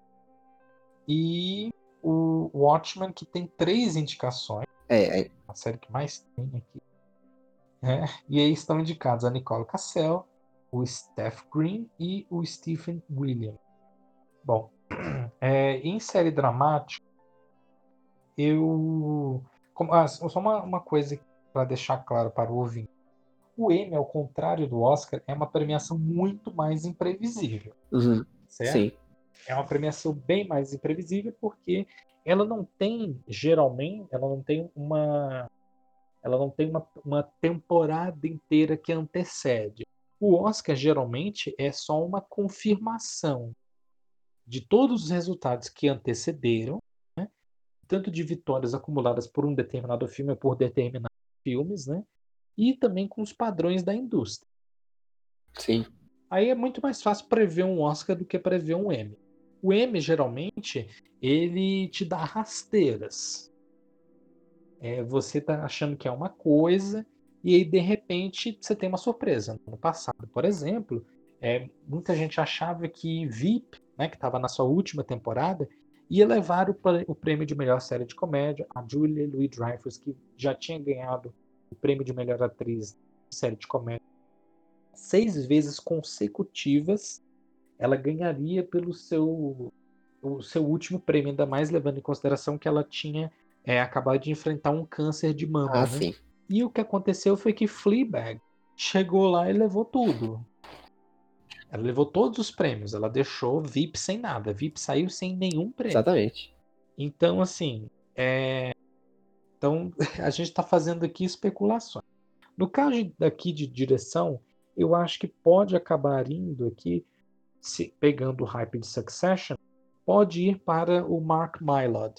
e o Watchmen, que tem três indicações, É, é, a série que mais tem aqui, né? E aí estão indicados a Nicole Kassell, o Steph Green e o Stephen Williams. Bom, é, em série dramática, eu. Como, ah, só uma, uma coisa para deixar claro para o ouvinte. O Emmy, ao contrário do Oscar, é uma premiação muito mais imprevisível, uhum. certo? Sim, É uma premiação bem mais imprevisível porque ela não tem, geralmente, ela não tem uma, ela não tem uma, uma temporada inteira que antecede. O Oscar geralmente é só uma confirmação de todos os resultados que antecederam, né? Tanto de vitórias acumuladas por um determinado filme ou por determinados filmes, né? E também com os padrões da indústria. sim. Aí é muito mais fácil prever um Oscar do que prever um Emmy. O Emmy, geralmente, ele te dá rasteiras. É, você tá achando que é uma coisa e aí, de repente, você tem uma surpresa. No passado, por exemplo, é, muita gente achava que V I P, né, que estava na sua última temporada, ia levar o, o prêmio de melhor série de comédia. A Julia Louis-Dreyfus, que já tinha ganhado o prêmio de melhor atriz de série de comédia seis vezes consecutivas, ela ganharia pelo seu, o seu último prêmio, ainda mais levando em consideração que ela tinha é, acabado de enfrentar um câncer de Ah, mama, né? sim. E o que aconteceu foi que Fleabag chegou lá e levou tudo. Ela levou todos os prêmios, ela deixou V I P sem nada, V I P saiu sem nenhum prêmio. Exatamente. Então, assim, é... então a gente está fazendo aqui especulações. No caso daqui de direção, eu acho que pode acabar indo aqui, se, pegando o hype de Succession, pode ir para o Mark Mylod.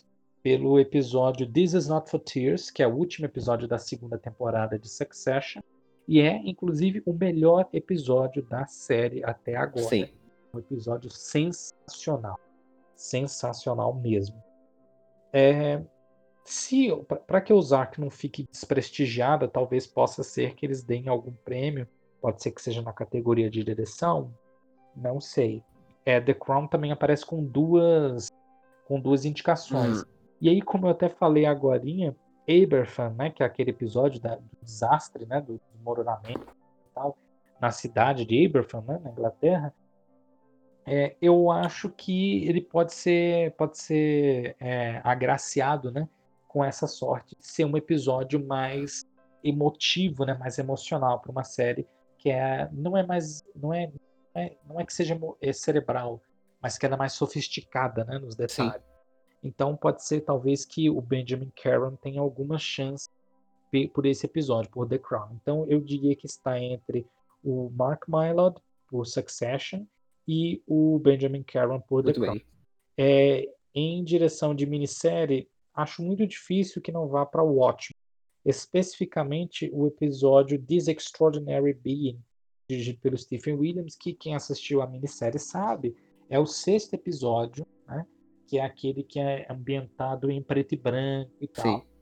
pelo episódio This Is Not for Tears, que é o último episódio da segunda temporada de Succession, e é, inclusive, o melhor episódio da série até agora. Sim. Um episódio sensacional. Sensacional mesmo. É, se para que Ozark não fique desprestigiada, talvez possa ser que eles deem algum prêmio. Pode ser que seja na categoria de direção. Não sei. É, The Crown também aparece com duas, com duas indicações. Hum. E aí, como eu até falei agorinha, Aberfan, né, que é aquele episódio da, do desastre, né, do desmoronamento e tal, na cidade de Aberfan, né, na Inglaterra, é, eu acho que ele pode ser, pode ser é, agraciado, né, com essa sorte de ser um episódio mais emotivo, né, mais emocional para uma série que é, não é mais, não é, não é, não é que seja é cerebral, mas que ela é mais sofisticada, né, nos detalhes. Sim. Então pode ser talvez que o Benjamin Caron tenha alguma chance por esse episódio, por The Crown. Então eu diria que está entre o Mark Mylod por Succession e o Benjamin Caron por The Muito Crown. bem. É, em direção de minissérie, acho muito difícil que não vá para o Watchmen. Especificamente o episódio This Extraordinary Being, dirigido pelo Stephen Williams, que quem assistiu a minissérie sabe, é o sexto episódio, né? Que é aquele que é ambientado em preto e branco e tal. Sim.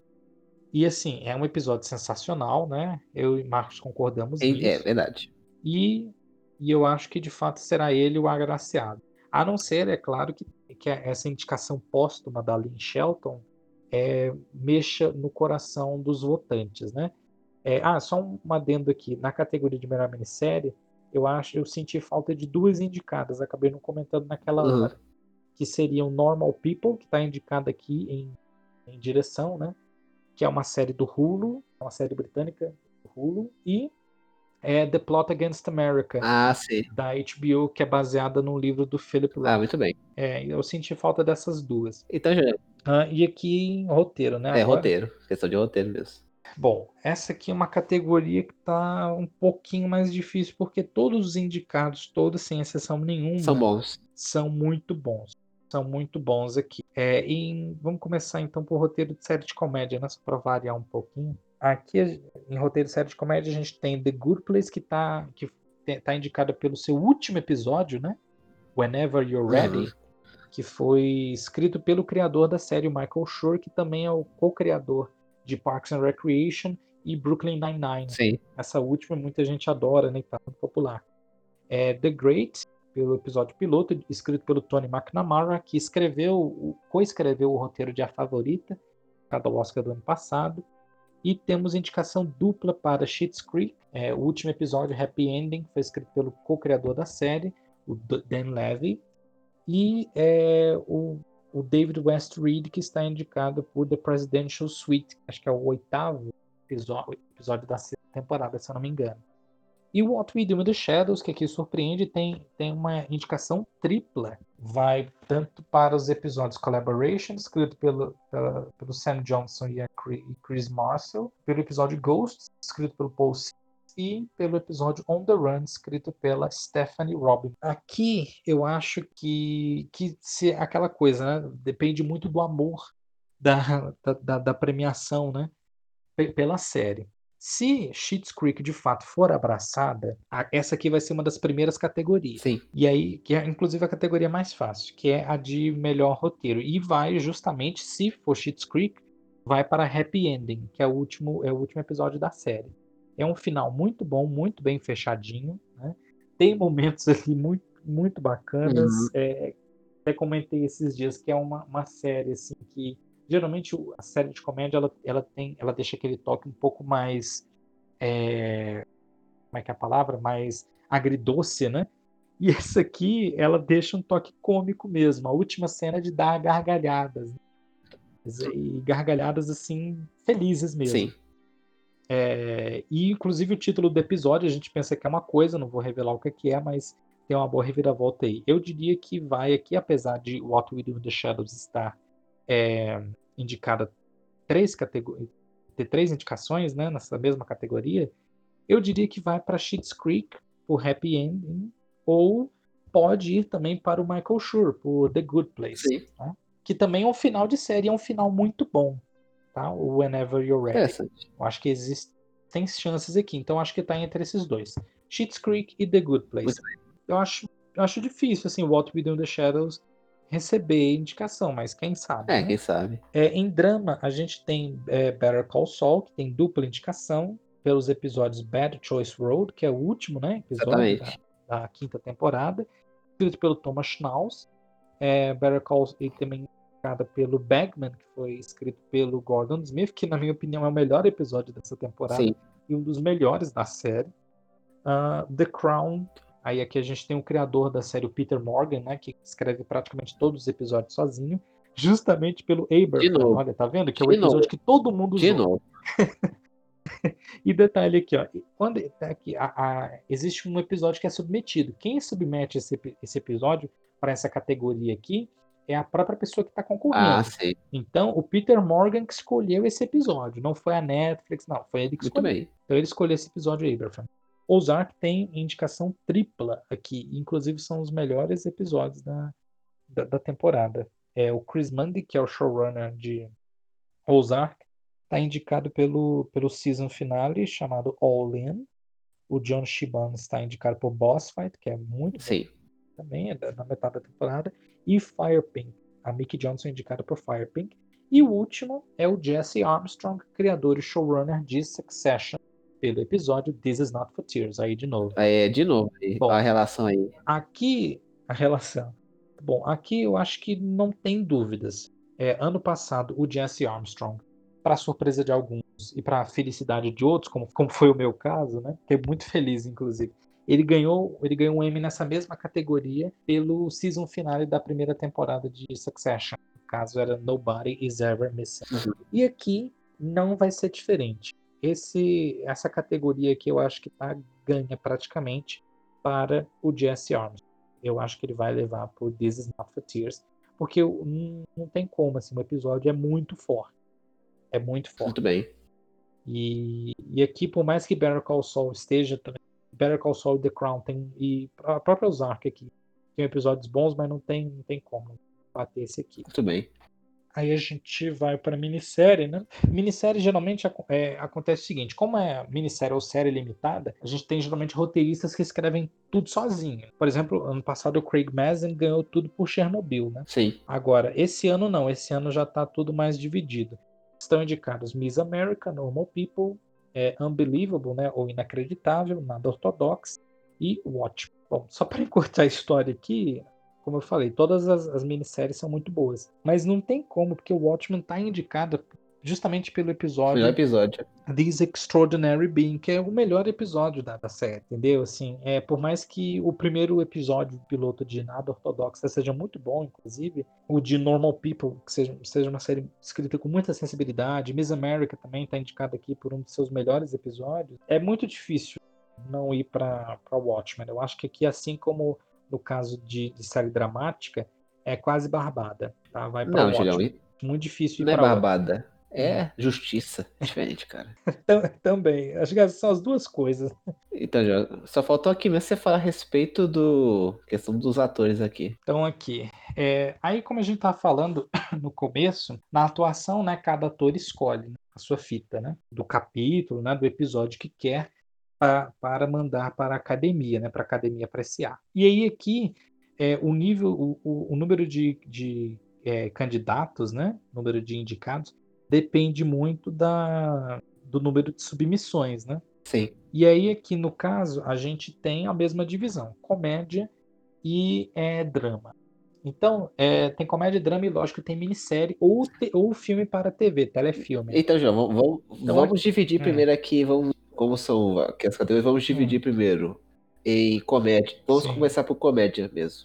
E assim, é um episódio sensacional, né? Eu e Marcos concordamos É, é nisso. verdade. E, e eu acho que de fato será ele o agraciado. A não ser, é claro, que, que essa indicação póstuma da Lynn Shelton é, mexa no coração dos votantes, né? É, ah, só um adendo aqui. Na categoria de melhor minissérie, eu acho, eu senti falta de duas indicadas. Acabei não comentando naquela Uhum. hora. Que seriam Normal People, que está indicada aqui em, em direção, né? Que é uma série do Hulu, uma série britânica do Hulu, e é The Plot Against America, Ah, sim. da H B O, que é baseada num livro do Philip Roth. Ah, muito bem. É, eu senti falta dessas duas. Então já Ah, e aqui roteiro, né? é Agora? roteiro. Questão de roteiro mesmo. Bom, essa aqui é uma categoria que está um pouquinho mais difícil, porque todos os indicados, todos sem exceção nenhuma, São bons. são muito bons. São muito bons aqui. É, e vamos começar então por roteiro de série de comédia, né? Só para variar um pouquinho. Aqui em roteiro de série de comédia a gente tem The Good Place, que está que tá indicada pelo seu último episódio, né? Whenever You're Ready, Uhum. que foi escrito pelo criador da série, Michael Schur, que também é o co-criador de Parks and Recreation e Brooklyn Nine-Nine. Sim. Essa última muita gente adora, né? Tá muito popular. É The Great, pelo episódio piloto, escrito pelo Tony McNamara, que escreveu, co-escreveu o roteiro de A Favorita, cada Oscar do ano passado. E temos indicação dupla para Schitt's Creek, é, o último episódio, Happy Ending, foi escrito pelo co-criador da série, o Dan Levy, e é, o, o David West Reed, que está indicado por The Presidential Suite, acho que é o oitavo episódio, episódio da sexta temporada, se eu não me engano. E o What We Do in the Shadows, que aqui surpreende, tem, tem uma indicação tripla. Vai tanto para os episódios Collaboration, escrito pelo, pela, pelo Sam Johnson e a Chris Marcel, pelo episódio Ghosts, escrito pelo Paul Sims, e pelo episódio On the Run, escrito pela Stephanie Robin. Aqui eu acho que, que se aquela coisa, né? Depende muito do amor da, da, da premiação, né? P- pela série. Se Schitt's Creek de fato for abraçada, a- essa aqui vai ser uma das primeiras categorias. Sim. E aí, que é inclusive a categoria mais fácil, que é a de melhor roteiro. E vai justamente, se for Schitt's Creek, vai para Happy Ending, que é o último, é o último episódio da série. É um final muito bom, muito bem fechadinho, né? Tem momentos ali muito, muito bacanas. Uhum. É, até comentei esses dias que é uma, uma série assim que geralmente a série de comédia ela, ela tem ela deixa aquele toque um pouco mais é, como é que é a palavra, mais agridoce, né? E essa aqui ela deixa um toque cômico mesmo. A última cena é de dar gargalhadas, né? E gargalhadas assim felizes mesmo. Sim. É, e inclusive o título do episódio a gente pensa que é uma coisa, não vou revelar o que é, mas tem uma boa reviravolta aí. Eu diria que vai aqui, apesar de What We Do in the Shadows estar é, indicada três categorias, ter três indicações, né, nessa mesma categoria, eu diria que vai para Schitt's Creek por Happy Ending, ou pode ir também para o Michael Schur por The Good Place. Sim. Né? que também é um final de série, é um final muito bom, tá? O Whenever You're Ready. Interessante. Eu acho que existem chances aqui, então acho que tá entre esses dois. Schitt's Creek e The Good Place. Muito Eu acho, eu acho difícil, assim, What We Do in the Shadows receber indicação, mas quem sabe, É, né? quem sabe. É, em drama, a gente tem é, Better Call Saul, que tem dupla indicação pelos episódios Bad Choice Road, que é o último, né, episódio da, Exatamente. da quinta temporada, escrito pelo Thomas Schnauz. É, Better Call e também indicada pelo Bagman, que foi escrito pelo Gordon Smith, que na minha opinião é o melhor episódio dessa temporada Sim. e um dos melhores da série. Uh, The Crown, aí aqui a gente tem o criador da série, o Peter Morgan, né, que escreve praticamente todos os episódios sozinho, justamente pelo De Aberfan. novo. Olha, tá vendo? Que é o De episódio novo. que todo mundo De usou. novo. E detalhe aqui, ó, quando tá aqui, a, a, existe um episódio que é submetido. Quem submete esse, esse episódio para essa categoria aqui é a própria pessoa que está concorrendo. Ah, sim. Então, o Peter Morgan que escolheu esse episódio, não foi a Netflix, não, foi ele que Muito escolheu. bem. Então ele escolheu esse episódio, Aberfan. Ozark tem indicação tripla aqui, inclusive são os melhores episódios da, da, da temporada. É o Chris Mundy, que é o showrunner de Ozark, está indicado pelo, pelo season finale chamado All In. O John Shiban está indicado por Boss Fight, que é muito bom Sim. também, é da, da metade da temporada. E Firepink, a Mickey Johnson é indicada por Firepink. E o último é o Jesse Armstrong, criador e showrunner de Succession, pelo episódio This Is Not for Tears. Aí de novo. É, de novo. Aí, Bom, a relação aí. Aqui, a relação. Bom, aqui eu acho que não tem dúvidas. É, ano passado, o Jesse Armstrong, para surpresa de alguns e para felicidade de outros, como, como foi o meu caso, né? Fiquei muito feliz, inclusive. Ele ganhou, ele ganhou um Emmy nessa mesma categoria pelo season finale da primeira temporada de Succession. No caso, era Nobody Is Ever Missing. Uhum. E aqui não vai ser diferente. Esse, essa categoria aqui eu acho que tá ganha praticamente para o Jesse Armstrong. Eu acho que ele vai levar por This Is Not for Tears, porque não, não tem como, assim, o episódio é muito forte. É muito forte. Muito bem. E, e aqui, por mais que Better Call Saul esteja também, Better Call Saul e The Crown tem, e a própria Ozark aqui, tem episódios bons, mas não tem, não tem como bater esse aqui. Muito bem. Aí a gente vai para minissérie, né? Minissérie geralmente é, acontece o seguinte: como é minissérie ou série limitada, a gente tem geralmente roteiristas que escrevem tudo sozinho. Por exemplo, ano passado o Craig Mazin ganhou tudo por Chernobyl, né? Sim. Agora, esse ano não, esse ano já tá tudo mais dividido. Estão indicados Miss America, Normal People, é, Unbelievable, né? Ou Inacreditável, Nada Ortodox e Watchmen. Bom, só para encurtar a história aqui, como eu falei, todas as, as minisséries são muito boas. Mas não tem como, porque o Watchmen tá indicado justamente pelo episódio, Melhor episódio. This Extraordinary Being, que é o melhor episódio da, da série, entendeu? Assim, é, por mais que o primeiro episódio piloto de Nada Ortodoxa seja muito bom, inclusive, o de Normal People, que seja, seja uma série escrita com muita sensibilidade, Miss America também tá indicada aqui por um dos seus melhores episódios, é muito difícil não ir para Watchmen. Eu acho que aqui, assim como no caso de, de série dramática, é quase barbada, tá? Vai para Não, Julião. Watchmen. Muito difícil ir Não é para outra. barbada. É justiça. É diferente, cara. Também. Acho que essas são as duas coisas. Então, já, só faltou aqui mesmo você falar a respeito do questão dos atores aqui. Então, aqui. É, aí, como a gente tá falando no começo, na atuação, né, cada ator escolhe, né, a sua fita, né? Do capítulo, né? Do episódio que quer pra, para mandar para a academia, né? Para a academia apreciar. E aí, aqui, é, o nível, o, o, o número de, de é, candidatos, né? Número de indicados, depende muito da, do número de submissões, né? Sim. E aí, aqui no caso, a gente tem a mesma divisão: comédia e é, drama. Então, é, tem comédia, drama e, lógico, tem minissérie ou, te, ou filme para T V, telefilme. Então, João, vamos, vamos, Então, vamos aqui, dividir hum, primeiro aqui, vamos, como são aqui as categorias, vamos dividir hum, primeiro em comédia. Vamos sim. começar por comédia mesmo.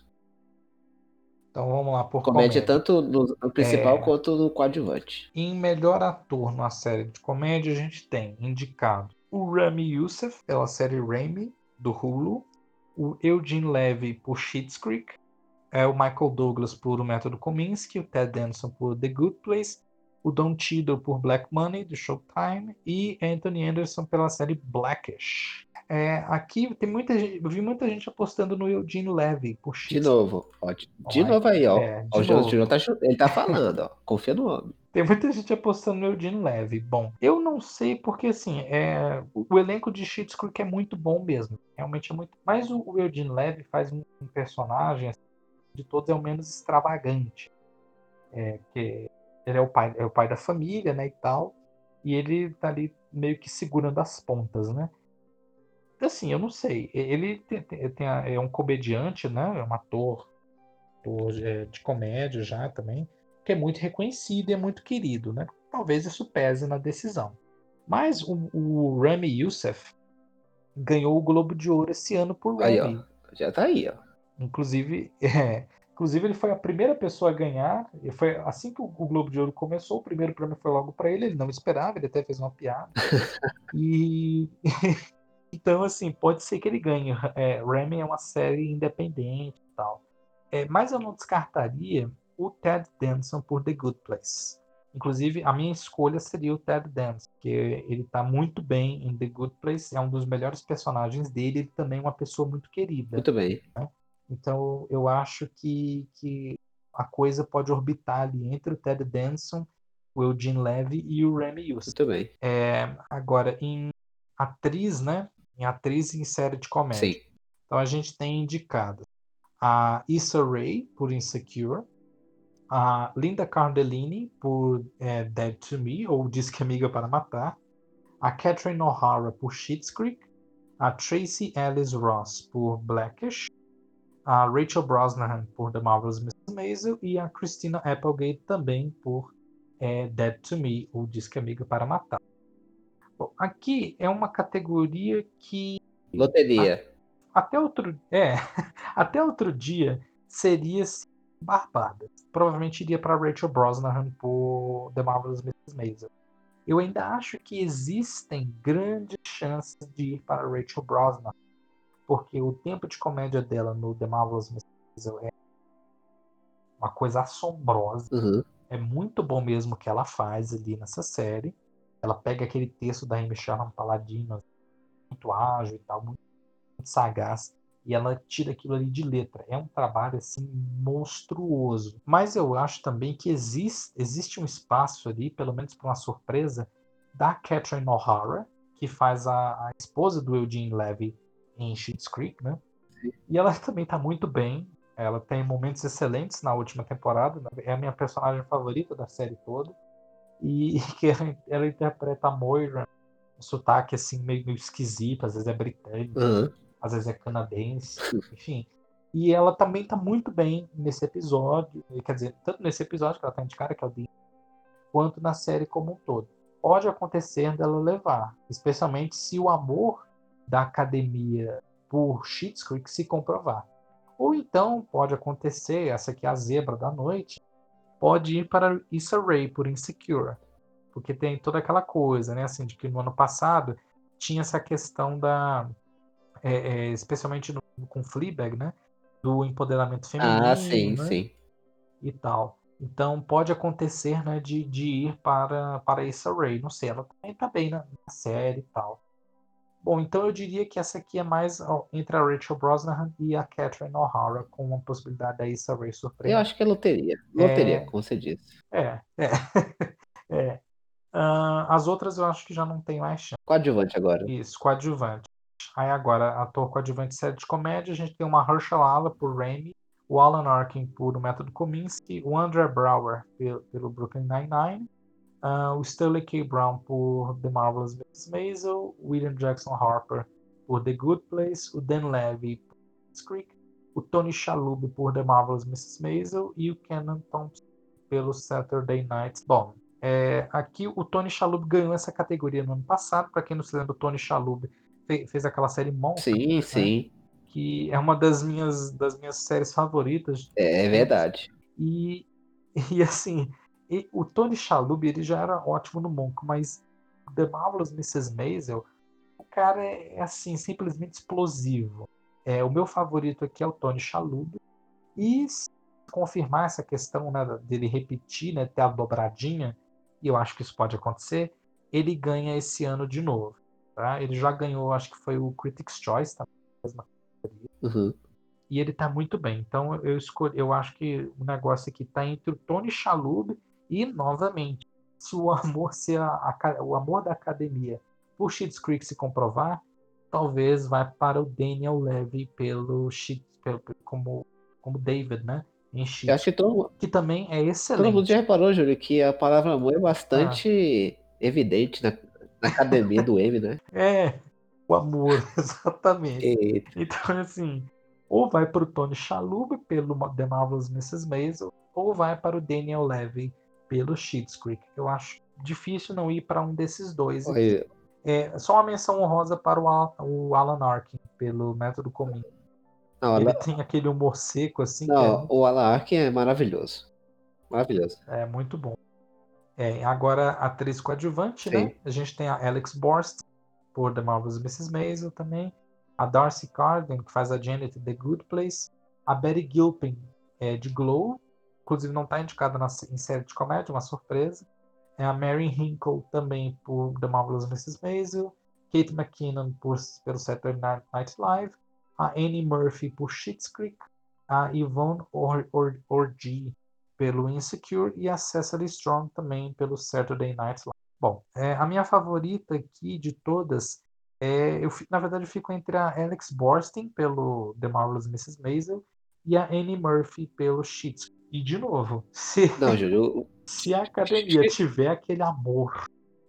Então, vamos lá por Comédia comédia. tanto no, no principal É, quanto no coadjuvante. em melhor ator na série de comédia, a gente tem indicado o Rami Youssef pela série Raimi, do Hulu, o Eugene Levy por Schitt's Creek, é o Michael Douglas por O Método Kominsky, o Ted Danson por The Good Place, o Don Cheadle por Black Money, do Showtime, e Anthony Anderson pela série Blackish. É, aqui tem muita gente, eu vi muita gente apostando no Eugene Levy por De Schitt's. novo, ó, de de Ai, novo aí, ó. é, Ó, de o João, o João novo. tá, chu- ele tá falando, ó. Confia no homem. Tem muita gente apostando no Eugene Levy. Bom, eu não sei porque assim, é, o, o elenco de Schitt's Creek é muito bom mesmo. Realmente é muito. Mas o, o Eugene Levy faz um, um personagem assim, de todos é o menos extravagante. É, que ele é o pai, é o pai da família, né, e tal. E ele tá ali meio que segurando as pontas, né? Assim, eu não sei. Ele tem, tem- tem a- é um comediante, né? É um ator, ator é, de comédia já também, que é muito reconhecido e é muito querido, né? Talvez isso pese na decisão. Mas o, o Rami Youssef ganhou o Globo de Ouro esse ano por Aí, ó. Rami. Já tá aí, ó. Inclusive, é, inclusive ele foi a primeira pessoa a ganhar. E foi assim que o, o Globo de Ouro começou. O primeiro prêmio foi logo para ele. Ele não esperava. Ele até fez uma piada. E então, assim, pode ser que ele ganhe. É, Remy é uma série independente e tal. É, mas eu não descartaria o Ted Danson por The Good Place. Inclusive, a minha escolha seria o Ted Danson, porque ele está muito bem em The Good Place, é um dos melhores personagens dele, ele também é uma pessoa muito querida. Muito bem. Né? Então, eu acho que, que a coisa pode orbitar ali entre o Ted Danson, o Eugene Levy e o Remy Youssef. Muito bem. É, agora, em atriz, né? Em atriz em série de Sim. comédia. Então a gente tem indicado a Issa Rae por Insecure, a Linda Cardellini por é, Dead to Me, ou Diz que Amiga para Matar, a Catherine O'Hara por Schitt's Creek, a Tracy Ellis Ross por Blackish, a Rachel Brosnahan por The Marvelous missus Maisel e a Christina Applegate também por é, Dead to Me, ou Diz que Amiga para Matar. Bom, aqui é uma categoria que a- Loteria. até outro, é, até outro dia seria assim, barbada. Provavelmente iria para Rachel Brosnahan por The Marvelous missus Maisel. Eu ainda acho que existem grandes chances de ir para Rachel Brosnahan, porque o tempo de comédia dela no The Marvelous missus Maisel é uma coisa assombrosa. Uhum. É muito bom mesmo o que ela faz ali nessa série. Ela pega aquele texto da Amy Sherman Paladino, muito ágil e tal, muito sagaz, e ela tira aquilo ali de letra. É um trabalho assim monstruoso. Mas eu acho também que existe, existe um espaço ali, pelo menos para uma surpresa, da Catherine O'Hara, que faz a, a esposa do Eugene Levy em Schitt's Creek, né? E ela também está muito bem. Ela tem momentos excelentes na última temporada. É a minha personagem favorita da série toda. E que ela, ela interpreta a Moira, um sotaque assim meio, meio esquisito, às vezes é britânico, Uhum. às vezes é canadense, enfim. E ela também tá muito bem nesse episódio, quer dizer, tanto nesse episódio que ela tá indicada, que é o Dean, quanto na série como um todo. Pode acontecer dela levar, especialmente se o amor da academia por Schitt's Creek se comprovar. Ou então pode acontecer, essa aqui é a zebra da noite, pode ir para Issa Rae por Insecure. Porque tem toda aquela coisa, né, assim, de que no ano passado tinha essa questão da é, é, especialmente no, com Fleabag, né? Do empoderamento Ah, feminino, sim, né? sim. E tal. Então pode acontecer, né, de, de ir para, para Issa Rae. Não sei, ela também tá bem na, na série e tal. Bom, então eu diria que essa aqui é mais ó, entre a Rachel Brosnahan e a Catherine O'Hara, com uma possibilidade da Issa Rae Eu surpreender. acho que é loteria. Loteria, É, como você disse. é, é. é. Ah, as outras eu acho que já não tem mais chance. Coadjuvante agora. Isso, coadjuvante. Aí agora, ator coadjuvante de série de comédia, a gente tem uma Herschel Alla por Raimi, o Alan Arkin por O Método Kominsky, o Andrew Brower pelo, pelo Brooklyn Nine-Nine, uh, o Sterling K. Brown por The Marvelous missus Maisel, o William Jackson Harper por The Good Place, o Dan Levy por Schitt's Creek, o Tony Shalhoub por The Marvelous missus Maisel e o Kenan Thompson pelo Saturday Night Bomb. É, aqui o Tony Shalhoub ganhou essa categoria no ano passado. Para quem não se lembra, o Tony Shalhoub fez, fez aquela série Monster, Sim, né, sim. que é uma das minhas, das minhas séries favoritas de É, é tempos. verdade. E, e assim, e, o Tony Shalhoub ele já era ótimo no Monk, mas The Marvelous missus Maisel, o cara é, é assim, simplesmente explosivo. É, o meu favorito aqui é o Tony Shalhoub. E se confirmar essa questão, né, dele repetir, né, ter a dobradinha, e eu acho que isso pode acontecer, ele ganha esse ano de novo. tá? Ele já ganhou, acho que foi o Critics' Choice, tá? Uhum. E ele tá muito bem. Então eu escolhi, eu acho que o negócio aqui tá entre o Tony Shalhoub e, novamente, se o amor se a, a, o amor da academia por Schitt's Creek se comprovar, talvez vá para o Daniel Levy pelo Schitt's, pelo, como como David, né? Em Eu Schitt's, acho que todo, que também é todo mundo já excelente. reparou, Júlio, que a palavra amor é Ah, bastante evidente na, na academia do M, né? é, o amor, exatamente. Eita. Então, assim, ou vai para o Tony Shalhoub pelo The Marvelous missus Maisel, ou vai para o Daniel Levy pelo Schitt's Creek. Eu acho difícil não ir para um desses dois aqui. Olha, É, só uma menção honrosa para o, Al- o Alan Arkin, pelo Método Comum. não, Ele ela- tem aquele humor seco, assim, que é não, muito, o Alan Arkin é maravilhoso. Maravilhoso. é muito bom. É, agora, atriz coadjuvante, né? Sim. A gente tem a Alex Borst, por The Marvelous missus Maisel também. A Darcy Carden, que faz a Janet em The Good Place. A Betty Gilpin, é, de Glow. Inclusive não está indicada na, em série de comédia, uma surpresa. É a Mary Hinkle, também por The Marvelous missus Maisel. Kate McKinnon, por, pelo Saturday Night Live. A Annie Murphy, por Schitt's Creek. A Yvonne Or, Or, Orji, pelo Insecure. E a Cecily Strong, também pelo Saturday Night Live. Bom, é, a minha favorita aqui de todas, é, eu, na verdade eu fico entre a Alex Borstein pelo The Marvelous missus Maisel e a Annie Murphy pelo Schitt's. E de novo, se, Não, Júlio, o- se a academia tiver aquele amor,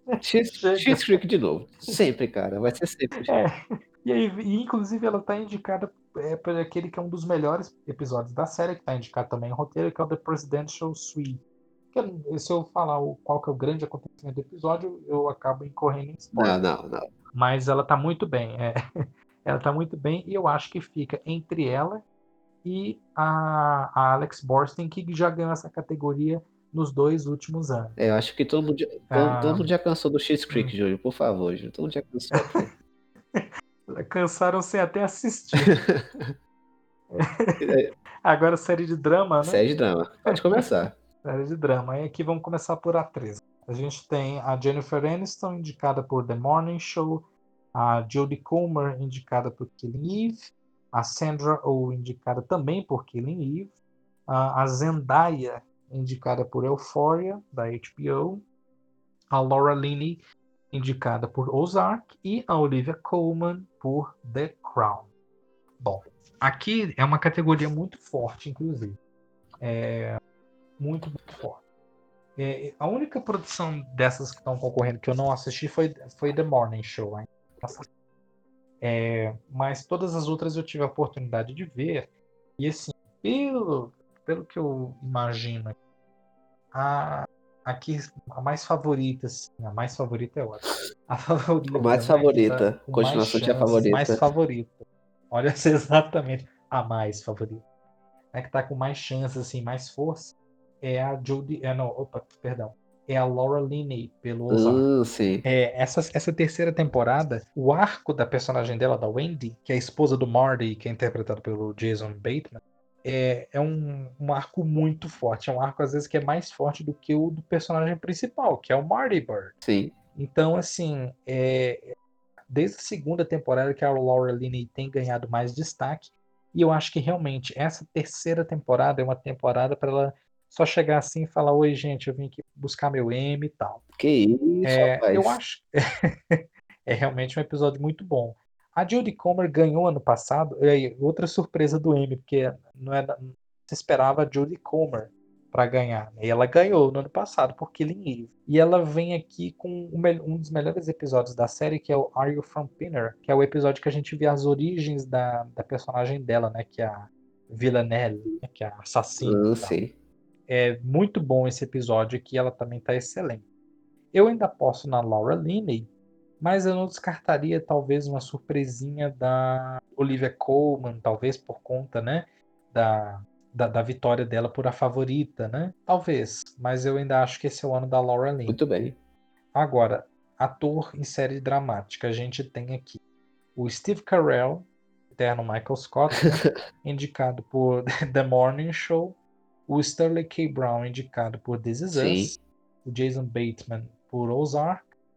X, chega. X Creek de novo. Sempre, cara. Vai ser sempre. É, e, aí, e inclusive ela está indicada é, por aquele que é um dos melhores episódios da série, que está indicado também em roteiro, que é o The Presidential Suite. Que, se eu falar o, qual que é o grande acontecimento do episódio, eu acabo incorrendo em Não, spoiler. não, não. Mas ela tá muito bem. É. Ela tá muito bem e eu acho que fica entre ela e a, a Alex Borstein, que já ganhou essa categoria nos dois últimos anos. É, eu acho que todo mundo, já- todo, todo Ah, mundo já cansou do X hum, Creek, Júlio. Por favor, Júlio. Todo mundo já cansou aqui. cansaram sem até assistir. É, Agora série de drama, né? série de drama. Pode começar. Série de drama. E aqui vamos começar por atriz. A gente tem a Jennifer Aniston, indicada por The Morning Show, a Jodie Comer, indicada por Killing Eve, a Sandra Oh, indicada também por Killing Eve, a Zendaya, indicada por Euphoria, da H B O, a Laura Linney, indicada por Ozark, e a Olivia Colman por The Crown. Bom, aqui é uma categoria muito forte, inclusive. É muito, muito forte. É, a única produção dessas que estão concorrendo que eu não assisti foi, foi The Morning Show. Hein? É, mas todas as outras eu tive a oportunidade de ver. E assim, pelo, pelo que eu imagino, a, aqui a mais favorita, assim, a mais favorita é outra. A O favorita, mais né, que tá favorita. com mais Continuação de a chances, mais favorita. favorita. Olha, essa é exatamente a mais favorita. É que tá com mais chances, assim, mais força. É a Jodie. É, não, opa, perdão. É a Laura Linney pelo Ozark. Hum, sim. É, essa, essa terceira temporada, o arco da personagem dela, da Wendy, que é a esposa do Marty, que é interpretado pelo Jason Bateman, é, é um, um arco muito forte. É um arco, às vezes, que é mais forte do que o do personagem principal, que é o Marty Bird. Sim. Então, assim, é, desde a segunda temporada que a Laura Linney tem ganhado mais destaque, e eu acho que realmente essa terceira temporada é uma temporada para ela só chegar assim e falar: Oi, gente, eu vim aqui buscar meu M e tal. Que isso, É, eu rapaz. acho é realmente um episódio muito bom. A Jodie Comer ganhou ano passado, e aí, outra surpresa do Emmy, porque não, era, não se esperava a Jodie Comer para ganhar. Né? E ela ganhou no ano passado por Killing Eve. E ela vem aqui com um dos melhores episódios da série, que é o Are You From Pinner? Que é o episódio que a gente vê as origens da, da personagem dela, né? Que é a Villanelle, né, que é a assassina Hum, e tal. sim. É muito bom esse episódio aqui, ela também está excelente. Eu ainda posso na Laura Linney, mas eu não descartaria talvez uma surpresinha da Olivia Colman, talvez por conta, né, da, da, da vitória dela por A Favorita, né? Talvez, mas eu ainda acho que esse é o ano da Laura Linney. Muito bem. Agora, ator em série dramática, a gente tem aqui o Steve Carell, eterno Michael Scott, né, indicado por The Morning Show, o Sterling K. Brown, indicado por This Is Sim. Us, o Jason Bateman por Ozark,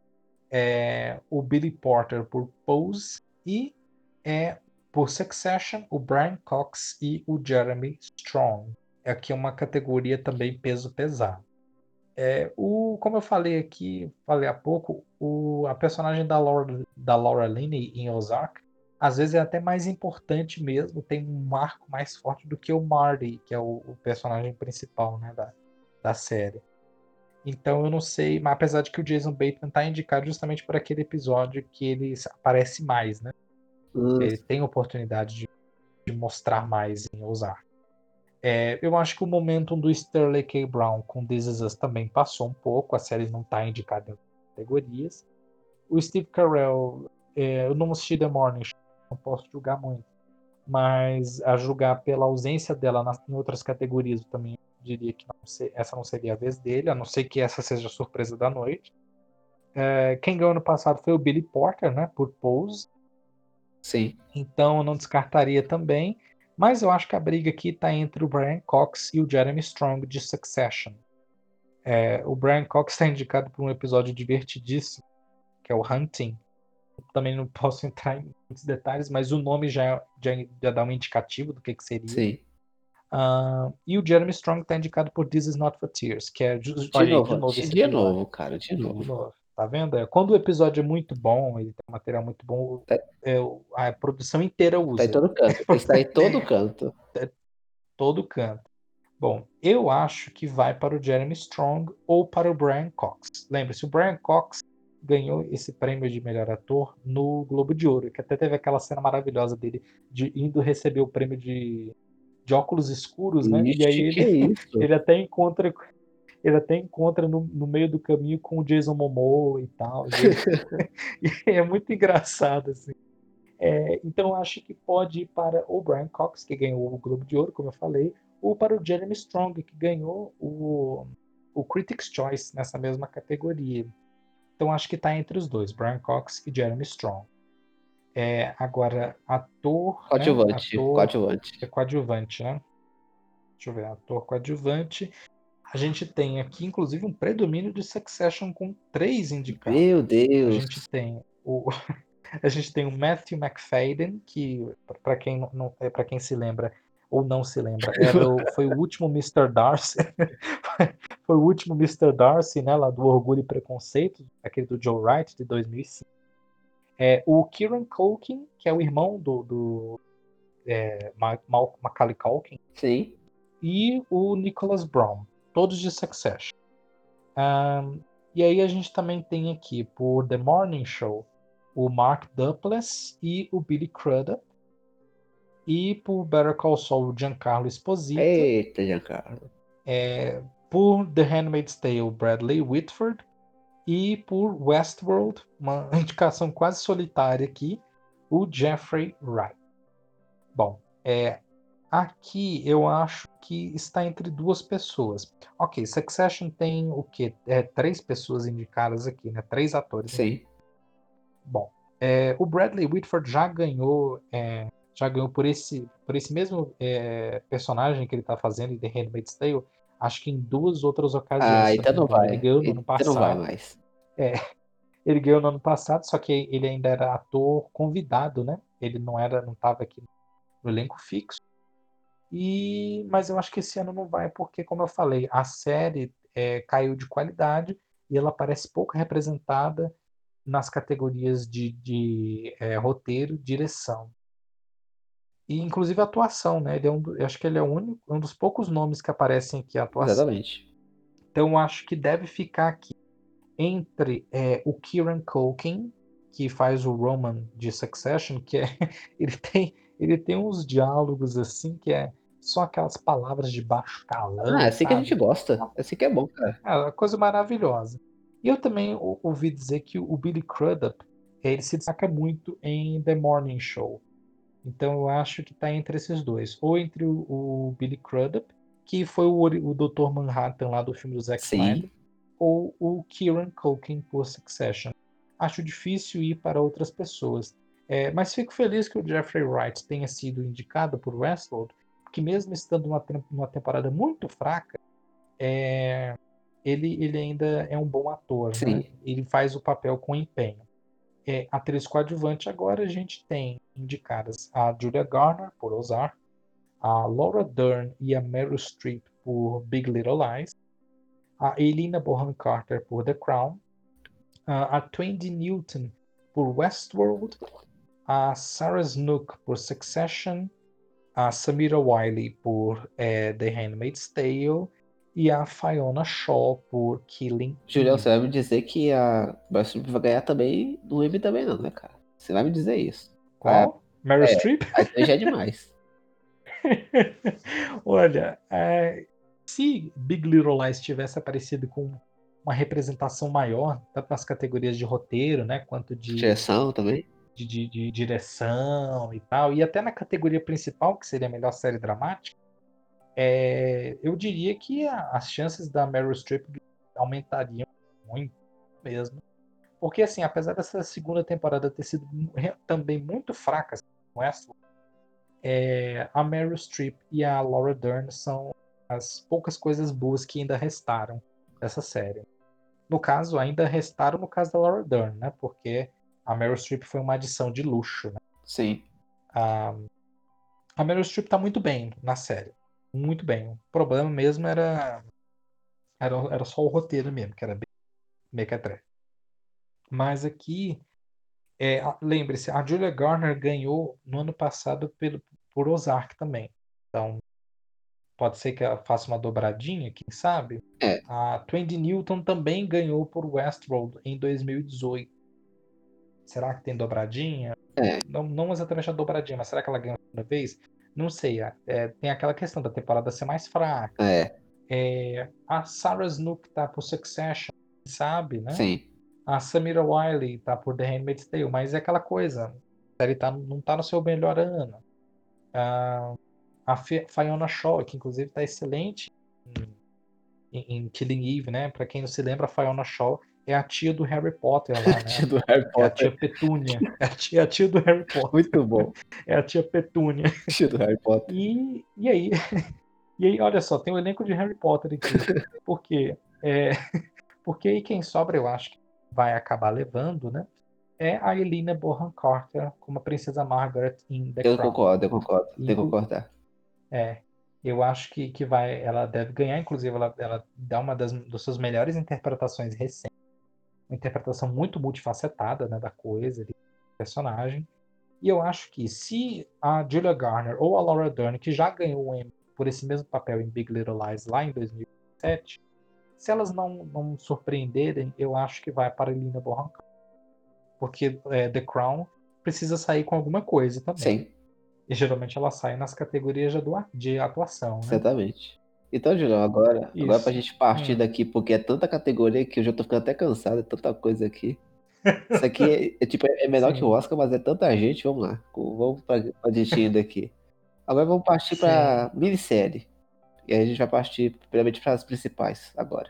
é, o Billy Porter por Pose e é, por Succession o Brian Cox e o Jeremy Strong. Aqui é uma categoria também peso pesado. É, o, como eu falei aqui, falei há pouco, o, a personagem da Laura, da Laura Linney em Ozark, às vezes é até mais importante mesmo, tem um arco mais forte do que o Marty, que é o, o personagem principal, né, da, da série. Então eu não sei, mas apesar de que o Jason Bateman está indicado justamente por aquele episódio que ele aparece mais, né? Hum, Ele tem oportunidade de, de mostrar mais em Ozark. É, eu acho que o momentum do Sterling K. Brown com This Is Us também passou um pouco, a série não está indicada em categorias. O Steve Carell, é, eu não assisti The Morning Show, não posso julgar muito, mas a julgar pela ausência dela nas, em outras categorias, eu também diria que não sei, essa não seria a vez dele, a não ser que essa seja a surpresa da noite. É, quem ganhou ano passado foi o Billy Porter, né, por Pose. sim. Então eu não descartaria também. Mas eu acho que a briga aqui está entre o Brian Cox e o Jeremy Strong de Succession. É, o Brian Cox está indicado por um episódio divertidíssimo, que é o Hunting. Eu também não posso entrar em muitos detalhes, mas o nome já, já, já dá um indicativo do que, que seria. Sim. Uh, e o Jeremy Strong está indicado por This Is Not for Tears, que é... De Olha aí, de novo, novo de, esse de episódio. novo, cara, de novo. De novo. Tá vendo? É, quando o episódio é muito bom, ele tem um material muito bom, Tá, é, a produção inteira tá em usa. todo canto. Está em todo canto. Todo canto. Bom, eu acho que vai para o Jeremy Strong ou para o Brian Cox. Lembre-se, o Brian Cox ganhou esse prêmio de melhor ator no Globo de Ouro, que até teve aquela cena maravilhosa dele de indo receber o prêmio de, de óculos escuros, né? E aí Ixi, que ele, isso? ele até encontra ele até encontra no, no meio do caminho com o Jason Momoa e tal. E, ele, e é muito engraçado, assim. É, então eu acho que pode ir para o Brian Cox, que ganhou o Globo de Ouro, como eu falei, ou para o Jeremy Strong, que ganhou o, o Critics' Choice nessa mesma categoria. Então acho que está entre os dois, Brian Cox e Jeremy Strong. É, agora, ator, né? Coadjuvante, Ator coadjuvante. é coadjuvante, né? Deixa eu ver, ator coadjuvante. A gente tem aqui, inclusive, um predomínio de Succession com três indicados. Meu A Deus. gente tem o a gente tem o Matthew McFadden, que para quem não para quem se lembra ou não se lembra, era o, foi o último mister Darcy. Foi o último mister Darcy, né, lá do Orgulho e Preconceito, aquele do Joe Wright de dois mil e cinco. É, o Kieran Culkin, que é o irmão do, do é, Macaulay Culkin, Sim. e o Nicholas Brown, todos de Succession. Um, e aí a gente também tem aqui, por The Morning Show, o Mark Duplass e o Billy Crudup. E por Better Call Saul, o Giancarlo Esposito. Eita, Giancarlo. É, por The Handmaid's Tale, Bradley Whitford. E por Westworld, uma indicação quase solitária aqui, o Jeffrey Wright. Bom, é, aqui eu acho que está entre duas pessoas. Ok, Succession tem o quê? É, três pessoas indicadas aqui, né? Três atores. Sim. Bom, é, o Bradley Whitford já ganhou, é, já ganhou por esse, por esse mesmo é, personagem que ele está fazendo em The Handmaid's Tale, acho que em duas outras ocasiões, Ah, se eu então não me não engano. Ele vai. ganhou no ano Então não vai passado. mais. É, ele ganhou no ano passado, só que ele ainda era ator convidado, né? Ele não era, não estava aqui no elenco fixo. E, mas eu acho que esse ano não vai, porque, como eu falei, a série é, caiu de qualidade e ela parece pouco representada nas categorias de, de é, roteiro, direção. E, inclusive, atuação, né? Ele é um do, eu acho que ele é o único, um dos poucos nomes que aparecem aqui, a atuação. Exatamente. Então, eu acho que deve ficar aqui entre é, o Kieran Culkin, que faz o Roman de Succession, que é, ele tem ele tem uns diálogos assim que é só aquelas palavras de baixo Ah, é calão, assim que a gente sabe? gosta. É assim que é bom, cara. É uma coisa maravilhosa. E eu também ou- ouvi dizer que o Billy Crudup ele se destaca muito em The Morning Show. Então eu acho que está entre esses dois. Ou entre o, o Billy Crudup, que foi o, ori- o doutor Manhattan lá do filme do Zack Sim. Snyder, ou o Kieran Culkin por Succession. Acho difícil ir para outras pessoas. É, mas fico feliz que o Jeffrey Wright tenha sido indicado por Westworld, porque mesmo estando numa, tem- numa temporada muito fraca, é, ele, ele ainda é um bom ator, né? Sim. Ele faz o papel com empenho. É, atriz coadjuvante agora a gente tem indicadas a Julia Garner por Ozark, a Laura Dern e a Meryl Streep por Big Little Lies, a Helena Bonham Carter por The Crown, a Thandie Newton por Westworld, a Sarah Snook por Succession, a Samira Wiley por é, The Handmaid's Tale e a Fiona Shaw por Killing Julião, Eve. você vai me dizer que a Meryl Streep vai ganhar também no Emmy também não, né, cara? Você vai me dizer isso. Ah, Qual? Meryl é, Streep? aí também já é demais. Olha, é, se Big Little Lies tivesse aparecido com uma representação maior, tanto nas categorias de roteiro, né, quanto de, Direção também? de, de- de direção e tal, e até na categoria principal, que seria a melhor série dramática, é, eu diria que a- as chances da Meryl Streep aumentariam muito mesmo. Porque, assim, apesar dessa segunda temporada ter sido mu- re- também muito fraca, assim, com essa, é, a Meryl Streep e a Laura Dern são as poucas coisas boas que ainda restaram dessa série. No caso, ainda restaram no caso da Laura Dern, né? Porque a Meryl Streep foi uma adição de luxo, né? Sim. A, a Meryl Streep tá muito bem na série. Muito bem. O problema mesmo era, era, era só o roteiro mesmo, que era bem mequetrefe. Mas aqui, é, a- lembre-se, a Julia Garner ganhou no ano passado pelo, por Ozark também. Então, pode ser que ela faça uma dobradinha, quem sabe? É, A Thandie Newton também ganhou por Westworld em dois mil e dezoito. Será que tem dobradinha? é, Não, não exatamente a dobradinha, mas será que ela ganhou a segunda vez? Não sei. É, é, tem aquela questão da temporada ser mais fraca. é, É, a Sarah Snook tá por Succession, quem sabe, né? sim. A Samira Wiley tá por The Handmaid's Tale, mas é aquela coisa. A série tá, não tá no seu melhor ano. A, a Fi- Fiona Shaw, que inclusive tá excelente em, em Killing Eve, né? Pra quem não se lembra, a Fiona Shaw é a tia do Harry Potter lá, né? Tio do Harry É a tia Potter. Petúnia. É a tia, a tia do Harry Potter. Muito bom. É a tia Petúnia. Tio do Harry Potter. E, e aí? E aí, olha só, tem um elenco de Harry Potter aqui. Por quê? É, porque aí quem sobra, eu acho que vai acabar levando, né? É a Helena Bonham Carter como a Princesa Margaret em The Eu Crown. concordo, eu concordo. Tem que Inclu concordar. é, eu acho que, que vai, ela deve ganhar, inclusive ela, ela dá uma das, das suas melhores interpretações recentes, uma interpretação muito multifacetada, né, da coisa, do personagem. E eu acho que se a Julia Garner ou a Laura Dern, que já ganhou o Emmy por esse mesmo papel em Big Little Lies lá em dois mil e sete, se elas não, não surpreenderem, eu acho que vai para a Helena Bonham Carter, porque é, The Crown precisa sair com alguma coisa também. Sim, E geralmente ela sai nas categorias de, atua- de atuação, né? exatamente. Então, Julião, agora, agora pra Isso. gente partir Hum, daqui, porque é tanta categoria que eu já tô ficando até cansado, é tanta coisa aqui. Isso aqui é, é, tipo, é menor que o sim, Oscar, mas é tanta gente. Vamos lá. Vamos pra, pra gente indo aqui. Agora vamos partir sim. pra minissérie. E aí a gente vai partir primeiramente para as principais agora.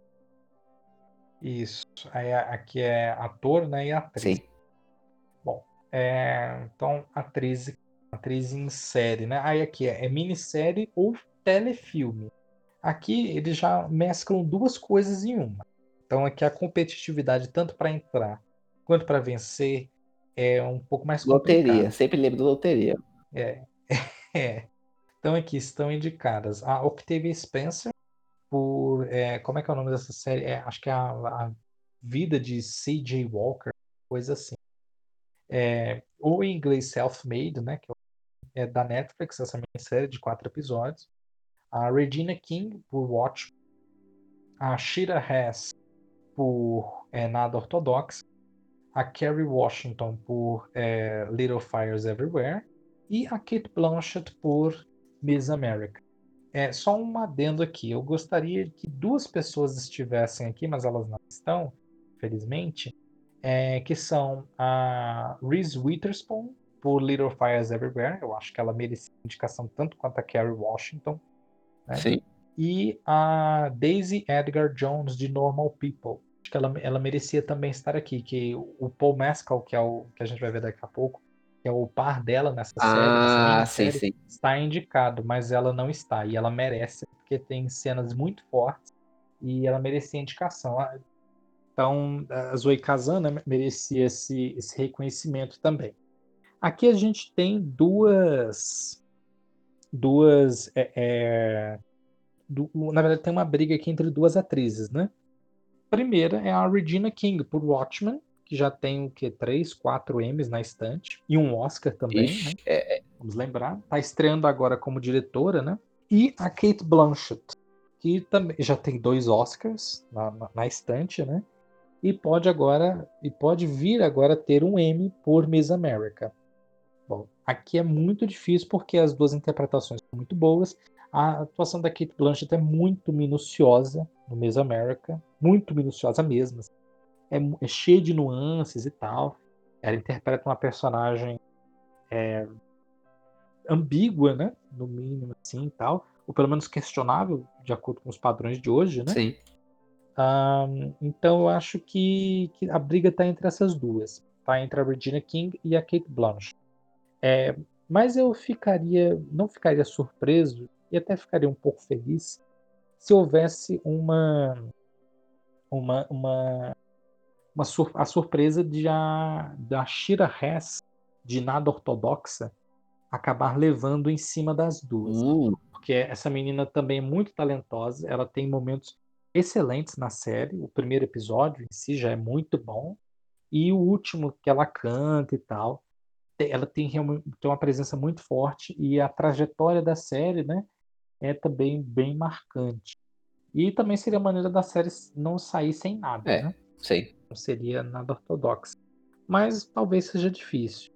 Isso. Aí a- aqui é ator, né, e atriz. Sim. Bom, é, então atriz, atriz em série, né? Aí aqui é, é minissérie ou telefilme. Aqui eles já mesclam duas coisas em uma. Então aqui a competitividade tanto para entrar quanto para vencer é um pouco mais Loteria. complicada. Sempre lembro da loteria. É, é. Então aqui estão indicadas a Octavia Spencer por é, como é que é o nome dessa série? É, acho que é a, a vida de C J. Walker, coisa assim. É, ou em inglês Self-Made, né? Que é da Netflix, essa minissérie de quatro episódios. A Regina King por Watch, a Shira Hess por é, Nada Ortodoxa, a Kerry Washington por é, Little Fires Everywhere e a Kate Blanchett por Miss America. É, só um adendo aqui. Eu gostaria que duas pessoas estivessem aqui, mas elas não estão, felizmente, é, que são a Reese Witherspoon por Little Fires Everywhere. Eu acho que ela merecia indicação tanto quanto a Kerry Washington, né? Sim. E a Daisy Edgar Jones de Normal People. Acho que ela, ela merecia também estar aqui, que o Paul Mescal, que é o que a gente vai ver daqui a pouco, que é o par dela nessa série, nessa Ah, sim, minissérie, sim. está indicado, mas ela não está. E ela merece, porque tem cenas muito fortes e ela merecia indicação. Então, a Zoe Kazan, né, merecia esse, esse reconhecimento também. Aqui a gente tem duas... duas é, é, du, na verdade, tem uma briga aqui entre duas atrizes, né? A primeira é a Regina King, por Watchmen, que já tem o quê? Três, quatro Emmys na estante. E um Oscar também, Ixi, né? é, é, Vamos lembrar. Tá estreando agora como diretora, né? E a Cate Blanchett, que também já tem dois Oscars na, na, na estante, né? E pode agora e pode vir agora ter um Emmy por Miss America. Bom, aqui é muito difícil porque as duas interpretações são muito boas. A atuação da Cate Blanchett é muito minuciosa no Miss America, muito minuciosa mesmo. É, é cheia de nuances e tal. Ela interpreta uma personagem é, ambígua, né? No mínimo, assim e tal. Ou pelo menos questionável, de acordo com os padrões de hoje, né? sim. Um, então eu acho que, que a briga está entre essas duas. Tá entre a Regina King e a Cate Blanchett. É, mas eu ficaria, não ficaria surpreso e até ficaria um pouco feliz se houvesse uma, uma, uma, uma sur, a surpresa de a, da Shira Hess, de Nada Ortodoxa, acabar levando em cima das duas. Hum, Porque essa menina também é muito talentosa, ela tem momentos excelentes na série. O primeiro episódio em si já é muito bom. E o último que ela canta e tal, ela tem realmente tem uma presença muito forte e a trajetória da série, né, é também bem marcante. E também seria a maneira da série não sair sem nada, né? é, sim. Não seria nada ortodoxo. Mas talvez seja difícil.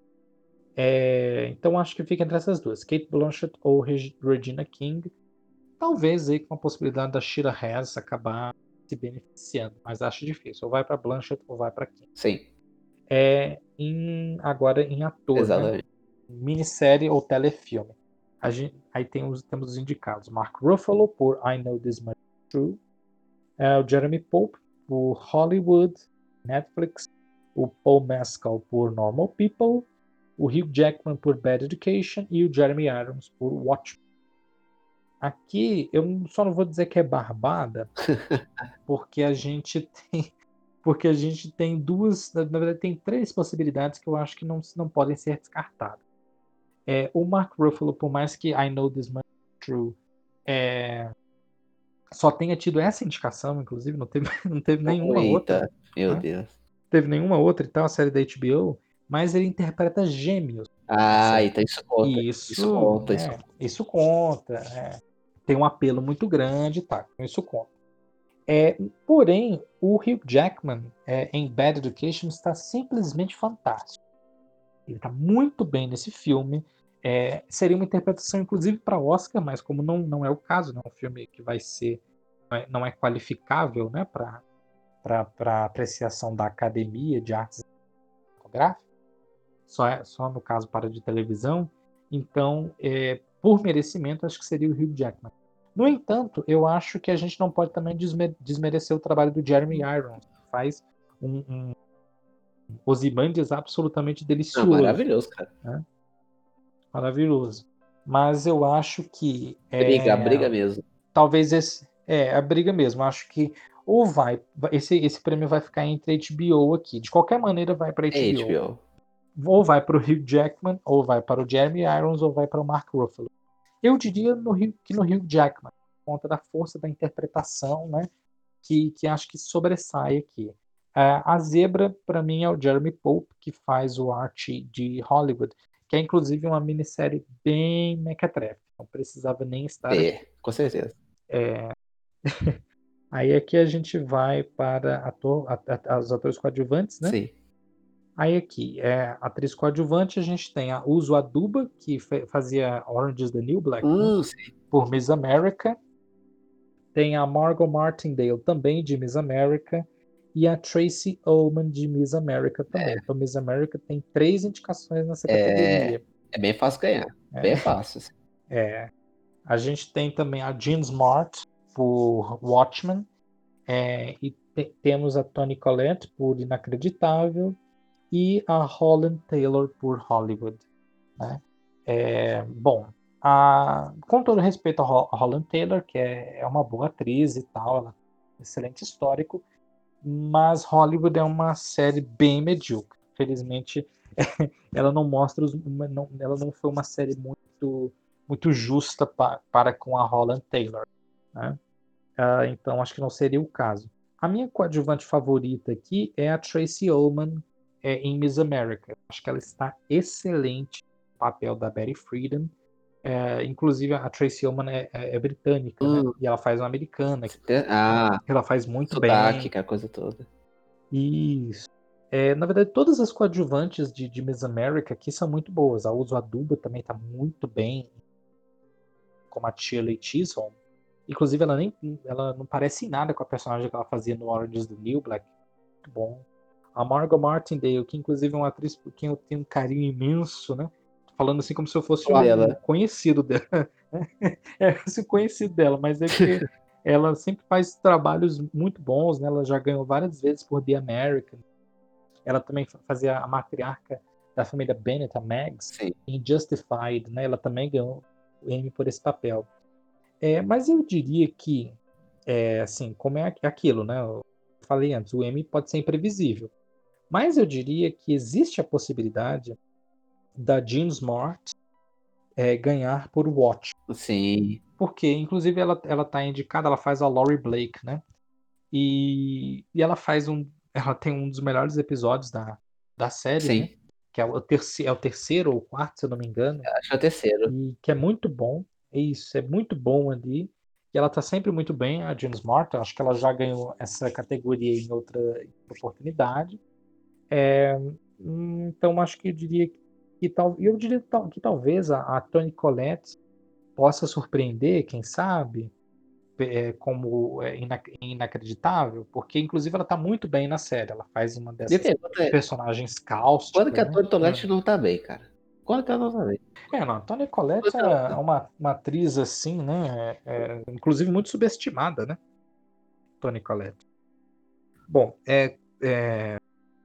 É, então acho que fica entre essas duas, Cate Blanchett ou Reg- Regina King. Talvez aí com a possibilidade da Shira Hess acabar se beneficiando, mas acho difícil. Ou vai para Blanchett ou vai para King. Sim, É em, agora em ator, né? exatamente. Minissérie ou telefilme. A gente, aí tem os, temos os indicados: Mark Ruffalo por I Know This Much Is True, é, o Jeremy Pope por Hollywood, Netflix, o Paul Mescal por Normal People, o Hugh Jackman por Bad Education e o Jeremy Irons por Watchmen. Aqui eu só não vou dizer que é barbada, porque a gente tem, porque a gente tem duas, na verdade tem três possibilidades que eu acho que não, não podem ser descartadas. É, o Mark Ruffalo, por mais que I Know This Much Is True é, só tenha tido essa indicação, inclusive, não teve, não teve nenhuma outra, Eita, meu né? Deus. Teve nenhuma outra e tal, a série da H B O, mas ele interpreta gêmeos na Ah, série. então isso conta. E Isso isso, conta, isso é, isso conta, é, tem um apelo muito grande, tá? Isso conta. É, porém, o Hugh Jackman é, em Bad Education está simplesmente fantástico. Ele está muito bem nesse filme. É, seria uma interpretação, inclusive, para Oscar, mas como não, não é o caso, não é um filme que vai ser, não é, não é qualificável, né, para apreciação da Academia de Artes Cinematográficas, só, é, só no caso para de televisão. Então, é, por merecimento, acho que seria o Hugh Jackman. No entanto, eu acho que a gente não pode também desme- desmerecer o trabalho do Jeremy Irons, que faz um, um Ozymandias absolutamente Não, delicioso, maravilhoso, cara. né? Maravilhoso. Mas eu acho que Briga, é, briga mesmo. talvez esse é a briga mesmo. Acho que ou vai esse esse prêmio vai ficar entre H B O aqui. De qualquer maneira vai para É H B O. H B O. Ou vai para o Hugh Jackman, ou vai para o Jeremy Irons, ou vai para o Mark Ruffalo. Eu diria no Hugh, que no Hugh Jackman, por conta da força da interpretação, né? Que, que acho que sobressai aqui. Uh, a zebra, para mim, é o Jeremy Pope, que faz o Archie de Hollywood, que é inclusive uma minissérie bem mequetrefe. Não precisava nem estar aqui. É, com certeza. É... Aí aqui a gente vai para ator, a, a, os atores coadjuvantes, né? Sim. Aí aqui, é, atriz coadjuvante, a gente tem a Uzo Aduba, que fazia Orange is the New Black, né? Hum, sim. Por Miss America. Tem a Margot Martindale, também de Miss America. E a Tracey Ullman, de Miss America também. Então, Miss America tem três indicações nessa É, categoria. é bem fácil ganhar. Bem É, fácil. Assim. é. A gente tem também a Jean Smart, por Watchmen. É, e te, temos a Toni Collette, por Inacreditável. E a Holland Taylor, por Hollywood. Né? É, bom, a, com todo respeito a Holland Taylor, que é, é uma boa atriz e tal, ela excelente histórico, mas Hollywood é uma série bem medíocre. Felizmente, ela não mostra os, não, ela não foi uma série muito muito justa pa, para com a Holland Taylor, né? Uh, então acho que não seria o caso. A minha coadjuvante favorita aqui é a Tracey Ullman é, em Miss America. Acho que ela está excelente no papel da Betty Friedan. É, inclusive a Tracey Ullman é, é, é britânica, né? Hum, E ela faz uma americana. ah, Ela faz muito sotaque, bem. aquela coisa toda. Isso. É, na verdade, todas as coadjuvantes de, de Miss America aqui são muito boas. A Uso Aduba também está muito bem, como a Shirley Chisholm. Inclusive, ela nem ela não parece em nada com a personagem que ela fazia no Orange is the New Black. Muito bom. A Margot Martindale, que inclusive é uma atriz por quem eu tenho um carinho imenso, né? Tô falando assim como se eu fosse Qual um dela? conhecido dela. É, assim, conhecido dela, mas é porque ela sempre faz trabalhos muito bons, né? Ela já ganhou várias vezes por The American. Ela também fazia a matriarca da família Bennett, a Mags, Sim. em Justified, né? Ela também ganhou o Emmy por esse papel. É, mas eu diria que, é, assim, como é aquilo, né? Eu falei antes, o Emmy pode ser imprevisível. Mas eu diria que existe a possibilidade da Jean Smart é, ganhar por Watch. Sim. Porque, inclusive, ela, ela tá indicada, ela faz a Laurie Blake, né? E, e ela faz um. Ela tem um dos melhores episódios da, da série, né? Sim. Que é o, terceiro, é o terceiro ou quarto, se eu não me engano. Acho que é o terceiro. E que é muito bom. É isso, é muito bom ali. E ela tá sempre muito bem, a Jean Smart. Acho que ela já ganhou essa categoria em outra oportunidade. É, então, acho que eu diria que, tal, eu diria que talvez a, a Toni Collette possa surpreender, quem sabe, é, como é, inacreditável, porque inclusive ela está muito bem na série. Ela faz uma Me dessas pergunta é, personagens quando que cáusticas, a né? Toni Tollett não tá bem, cara? Quando que ela não tá bem? É, não, a Toni Collette Quando é que ela... uma, uma atriz assim, né? É, é, inclusive muito subestimada, né? Toni Collette. Bom, é, é,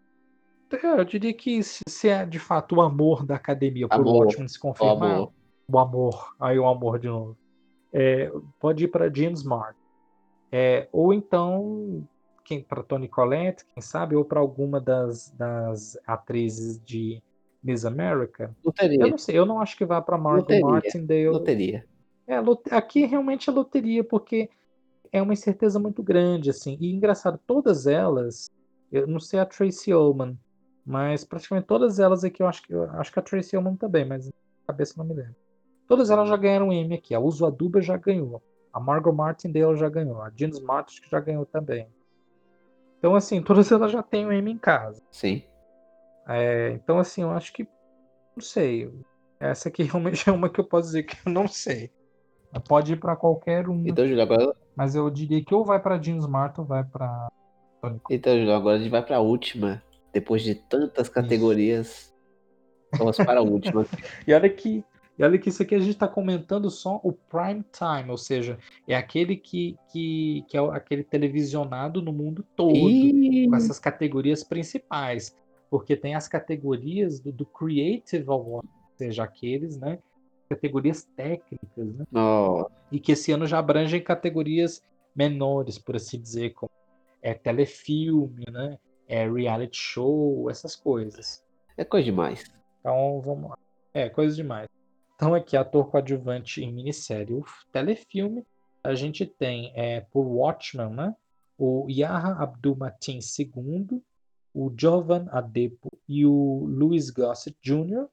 eu diria que se, se é de fato o amor da academia por Amor. Watchmen se Ó, confirmar, amor. o amor, aí o amor de novo, é, pode ir para Jean Smart. É, ou então para Toni Collette, quem sabe, ou para alguma das, das atrizes de Miss America. Eu Loteria. não sei, eu não acho que vá para Margot Loteria. Martindale. Loteria. É, aqui realmente é loteria, porque é uma incerteza muito grande, assim. E engraçado, todas elas, eu não sei a Tracey Ullman, mas praticamente todas elas aqui, eu acho que, eu acho que a Tracey Ullman também, mas na cabeça não me lembro. Todas elas já ganharam um Emmy aqui. A Uso Aduba já ganhou. A Margot Martindale já ganhou. A Jean Smart acho que já ganhou também. Então, assim, todas elas já têm o Emmy em casa. Sim. É, então, assim, eu acho que, não sei. Essa aqui realmente é uma que eu posso dizer que eu não sei. Pode ir para qualquer uma. Então, Júlio, agora, Mas eu diria que ou vai para Jean Smart ou vai para Toni Collette. então, Júlio, agora a gente vai pra última. Depois de tantas Isso. categorias, vamos para a última. E olha que, e olha que isso aqui a gente está comentando só o prime time, ou seja, é aquele que, que, que é aquele televisionado no mundo todo, com E... essas categorias principais. Porque tem as categorias do, do Creative Award, ou seja, aqueles, né? Categorias técnicas, né? Ó, E que esse ano já abrangem categorias menores, por assim dizer, como é telefilme, né? É reality show, essas coisas. é coisa demais. Então, vamos lá. É, coisa demais. Então, aqui, ator coadjuvante em minissérie. O telefilme, a gente tem, é, por Watchmen, né? O Yahya Abdul-Mateen segundo, o Jovan Adepo e o Louis Gossett júnior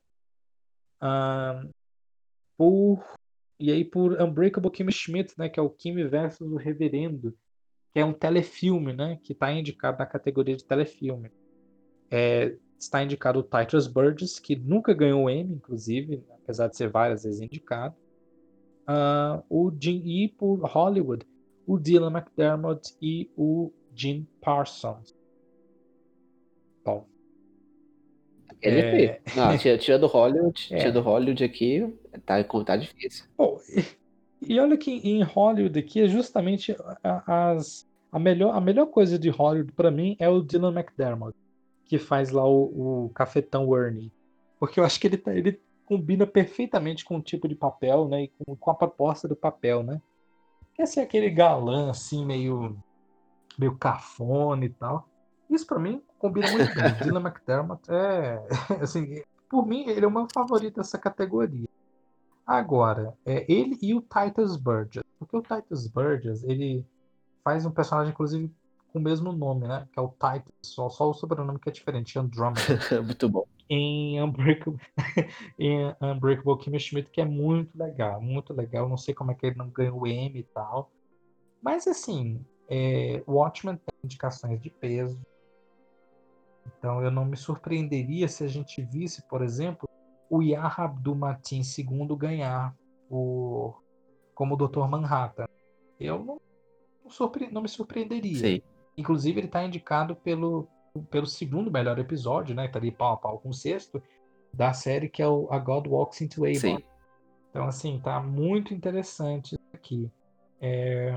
Ah, por, e aí, por Unbreakable Kimmy Schmidt, né? Que é o Kimmy versus o Reverendo, que é um telefilme, né? Que está indicado na categoria de telefilme. É, está indicado o Titus Burgess, que nunca ganhou o Emmy, inclusive, apesar de ser várias vezes indicado. Uh, o Jim E por Hollywood, o Dylan McDermott e o Jim Parsons. Bom, É difícil. é, Não, tira, tira do Hollywood, tira do é. Hollywood aqui, tá, tá difícil. Bom, e, e olha que em Hollywood aqui é justamente a, as, a, melhor, a melhor coisa de Hollywood para mim é o Dylan McDermott, que faz lá o, o Cafetão Ernie. Porque eu acho que ele, tá, ele combina perfeitamente com o tipo de papel, né? E com, com a proposta do papel, né? Quer ser aquele galã, assim, meio. meio cafona e tal. Isso pra mim combina muito bem. Dylan McDermott é, assim, por mim ele é o meu favorito dessa categoria. Agora, é ele e o Titus Burgess, porque o Titus Burgess ele faz um personagem inclusive com o mesmo nome, né? Que é o Titus, só, só o sobrenome que é diferente, Andromeda. Muito bom. Em Unbreakable, em Unbreakable Kimmy Schmidt, que é muito legal, muito legal. Não sei como é que ele não ganhou o Emmy e tal. Mas assim, é, o Watchmen tem indicações de peso. Então eu não me surpreenderia se a gente visse, por exemplo, o Yahya Abdul-Mateen segundo ganhar por, como o doutor Manhattan. Eu não, não, surpre, não me surpreenderia. Sim. Inclusive ele está indicado pelo, pelo segundo melhor episódio, né? Tá ali pau a pau com o sexto, da série que é o A God Walks into Avon. Sim. Então assim, tá muito interessante isso aqui. É...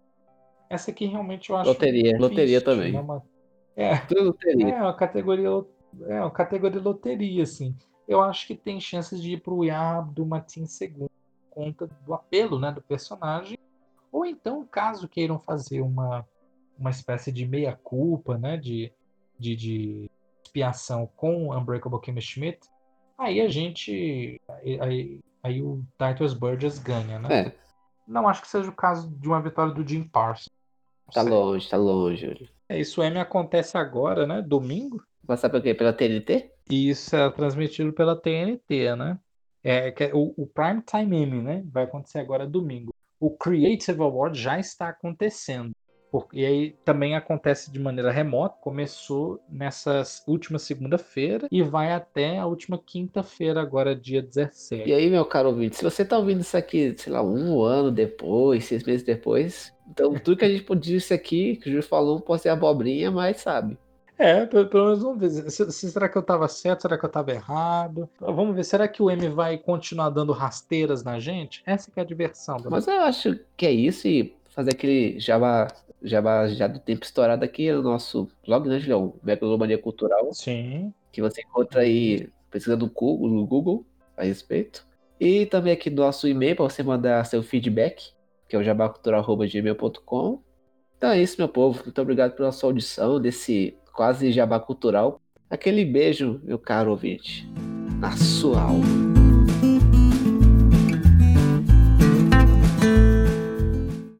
Essa aqui realmente eu acho Loteria. difícil, Loteria né? também. Uma... É, Tudo loteria. é uma categoria, é uma categoria loteria, assim. Eu acho que tem chances de ir pro Yahya Abdul-Mateen segundo, por conta do apelo, né, do personagem. Ou então, caso queiram fazer uma, uma espécie de meia-culpa, né, de, de, de expiação com Unbreakable Kimmy Schmidt, aí a gente. Aí, aí, aí o Titus Burgess ganha, né? É, Não acho que seja o caso de uma vitória do Jim Parsons. Não tá sei. longe, tá longe, Júlio. É, isso M acontece agora, né? Domingo. Passar pelo quê? Pela T N T? E isso é transmitido pela T N T, né? É, que é o, o Prime Time Emmy, né? Vai acontecer agora domingo. O Creative Award já está acontecendo. Por- e aí também acontece de maneira remota. Começou nessa última segunda-feira e vai até a última quinta-feira, agora dia E dezessete. aí, meu caro ouvinte, se você tá ouvindo isso aqui, sei lá, um ano depois, seis meses depois, então tudo que a gente disse aqui, que o Júlio falou, pode ser abobrinha, mas sabe. É, pelo, pelo menos vamos ver. Se- se- será que eu estava certo? Será que eu estava errado? Vamos ver. Será que o M vai continuar dando rasteiras na gente? Essa que é a diversão do Mas eu acho que é isso e fazer aquele jabá, jabá já do tempo estourado aqui no nosso blog, né, Julião? Megalomania Cultural, Sim. que você encontra Isso. aí pesquisando no Google, no Google a respeito. E também aqui do nosso e-mail para você mandar seu feedback, que é o jabacultural arroba gmail ponto com. Então é isso, meu povo. Muito obrigado pela sua audição desse quase jabá cultural. Aquele beijo, meu caro ouvinte, na sua alma.